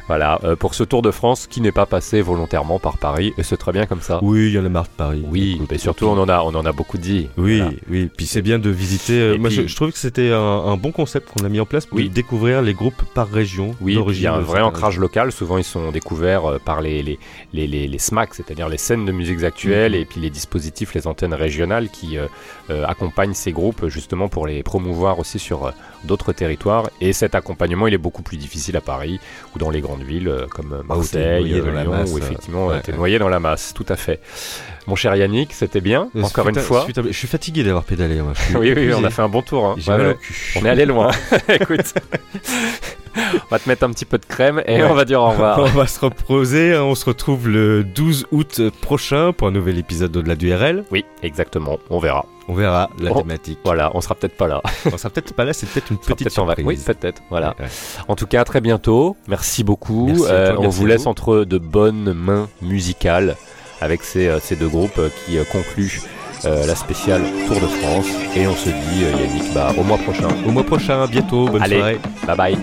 Voilà, pour ce Tour de France qui n'est pas passé volontairement par Paris, et c'est très bien comme ça. Oui, il y en a marre de Paris. Oui, mais surtout on en a beaucoup dit. Oui, Voilà. oui. Puis c'est bien de visiter. Moi, puis- je trouve que c'était un bon concept qu'on a mis en place pour découvrir les groupes par région Oui, d'origine. il y a un de vrai cette ancrage local. Souvent, ils sont découverts par les SMAC, c'est-à-dire les scènes de musique actuelles, et puis les dispositifs, les antennes régionales qui accompagnent ces groupes justement pour les promouvoir aussi sur d'autres territoires. Et cet accompagnement, il est beaucoup plus difficile à Paris ou dans les grandes villes comme Marseille, noyé dans la Lyon, masse, où effectivement, ouais, t'es ouais. noyé dans la masse. Tout à fait. Mon cher Yannick, c'était bien, encore une fois. Je suis fatigué d'avoir pédalé. Moi. Oui, on a fait un bon tour. Hein. J'ai Ouais, mal ouais. au cul. On est allé loin. Écoute, on va te mettre un petit peu de crème et on va dire au revoir. On va se reposer. On se retrouve le 12 août prochain pour un nouvel épisode d'Au-delà du RL. Oui, exactement. On verra. On verra la thématique. Voilà, on sera peut-être pas là. On sera peut-être pas là. C'est peut-être une petite surprise. Oui, peut-être. Voilà. Ouais. En tout cas, à très bientôt. Merci beaucoup. Merci à toi, on merci vous à laisse vous. entre de bonnes mains musicales avec ces deux groupes qui concluent la spéciale Tour de France. Et on se dit, Yannick, au mois prochain. Au mois prochain, à bientôt. Bonne Allez, soirée. bye bye.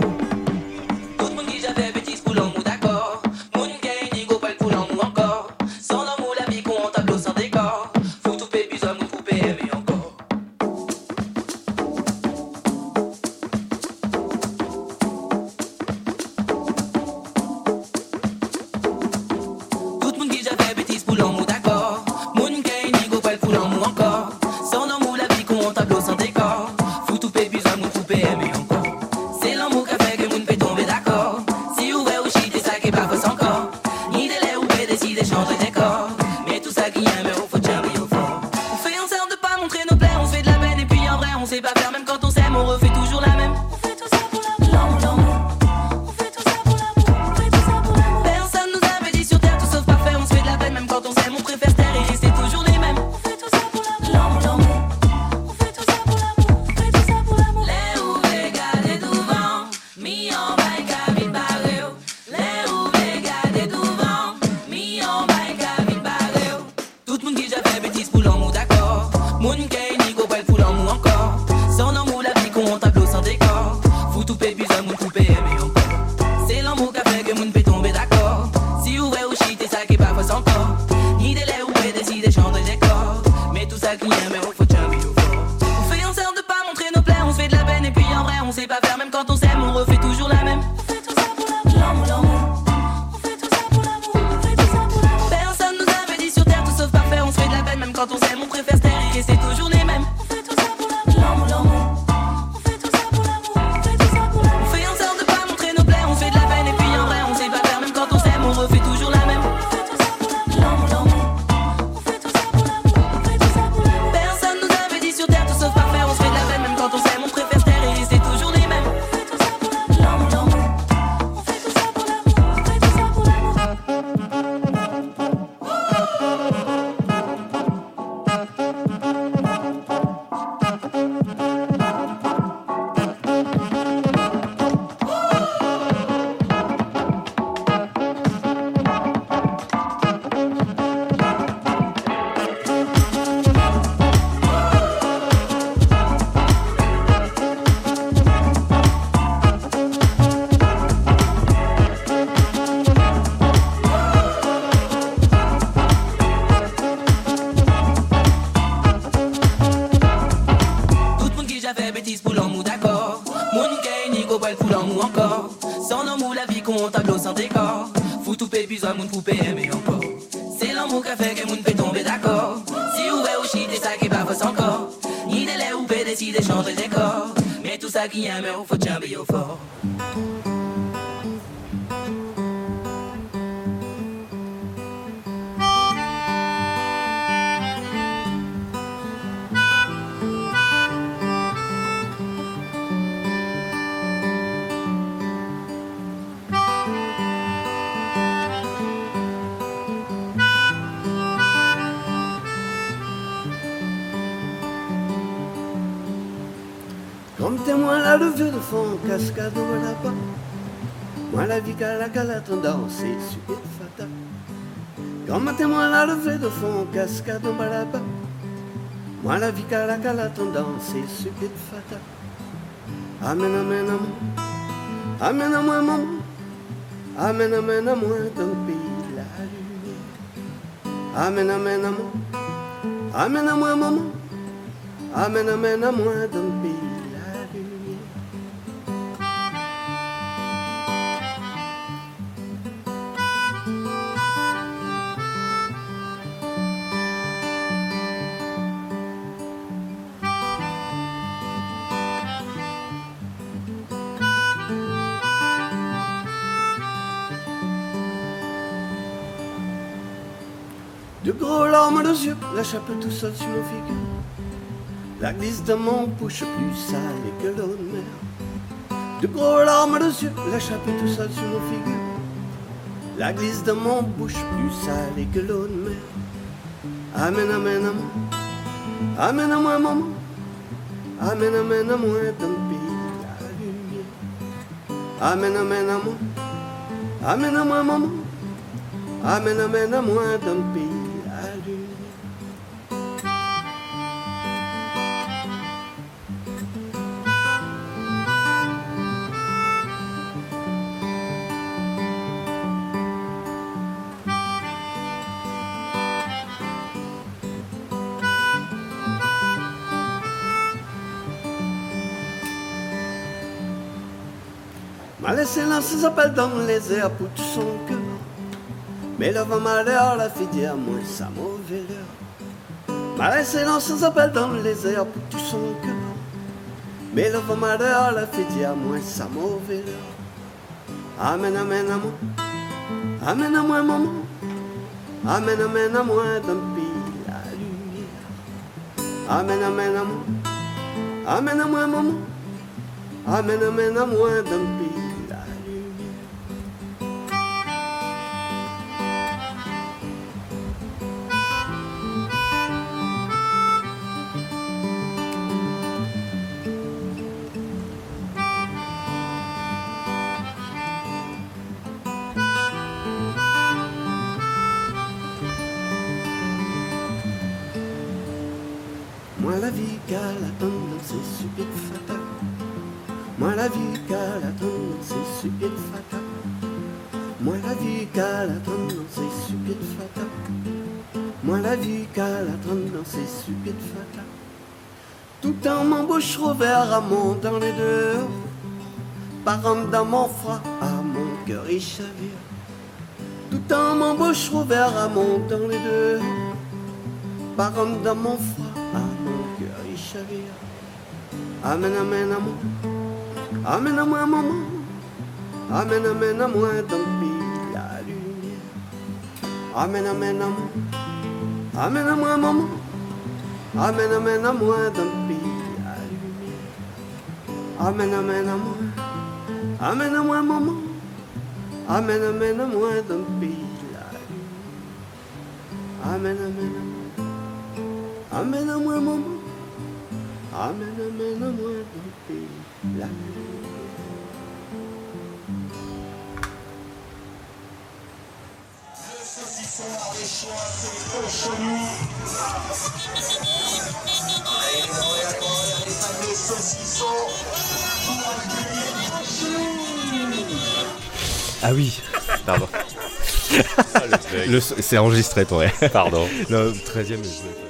Comptez-moi la levée de fond, cascade au lapin. Moi la vie qu'à la tendance est super fatal. Comptez-moi la levée de fond, cascade au lapin. Moi la vie qu'à la tendance est super fatal. Amen, amen, amen. Amen, amen, maman. Amène-moi dans le pays de la lumière. Amène-moi. Amène-moi, maman. Amène-moi dans le pays de la lumière. De gros larmes aux yeux, la chape tout seul sur mon figure. La glisse de mon bouche plus sale que l'eau de mer. De gros larmes aux yeux, la chape tout seul sur mon figure. La glisse de mon bouche plus sale que l'eau de mer. Amène-moi. Amène-moi, maman. Amène-moi dans le pays de la lumière. Amène-moi. Amène-moi, maman. Amène-moi dans le pays. M'a laissé lancer ses appels dans les airs pour tout son cœur. Mais le vent malheur l'a fait dire moi sa mauvaise heure. M'a laissé lancer ses appels dans les airs pour tout son cœur. Mais le vent malheur l'a fait dire moi sa mauvaise heure. Amène-moi. Amène-moi, maman. Amène-moi dans le pays de la lumière. Amène-moi. Amène-moi, maman. Amène-moi dans le pays. Moi la vie qu'à la tendance c'est super fatal. Moi la vie qu'à la tendance c'est super fatal. Moi la vie qu'à la tendance c'est super fatal. Moi la vie qu'à la tendance c'est super fatal. Tout en m'embauche revers à mon dans les deux. Par homme dans mon froid, à mon cœur il chavire. Tout en m'embauche revers à mon dans les deux. Par homme dans mon froid. Amène-moi, amène-moi, maman. Amène-moi dans le pays de la lumière. Amène-moi, amène-moi, maman. Amène-moi dans le pays de la lumière. Amène-moi, amène-moi, maman. Amène-moi dans le pays de la lumière. Amène-moi, amène-moi, maman. Amène-moi dans le pays de la lumière. Le saucisson a les choix, c'est au chelou. Allez, les fameux saucissons. Ah oui, pardon. C'est enregistré pour vrai. Pardon. Le 13e.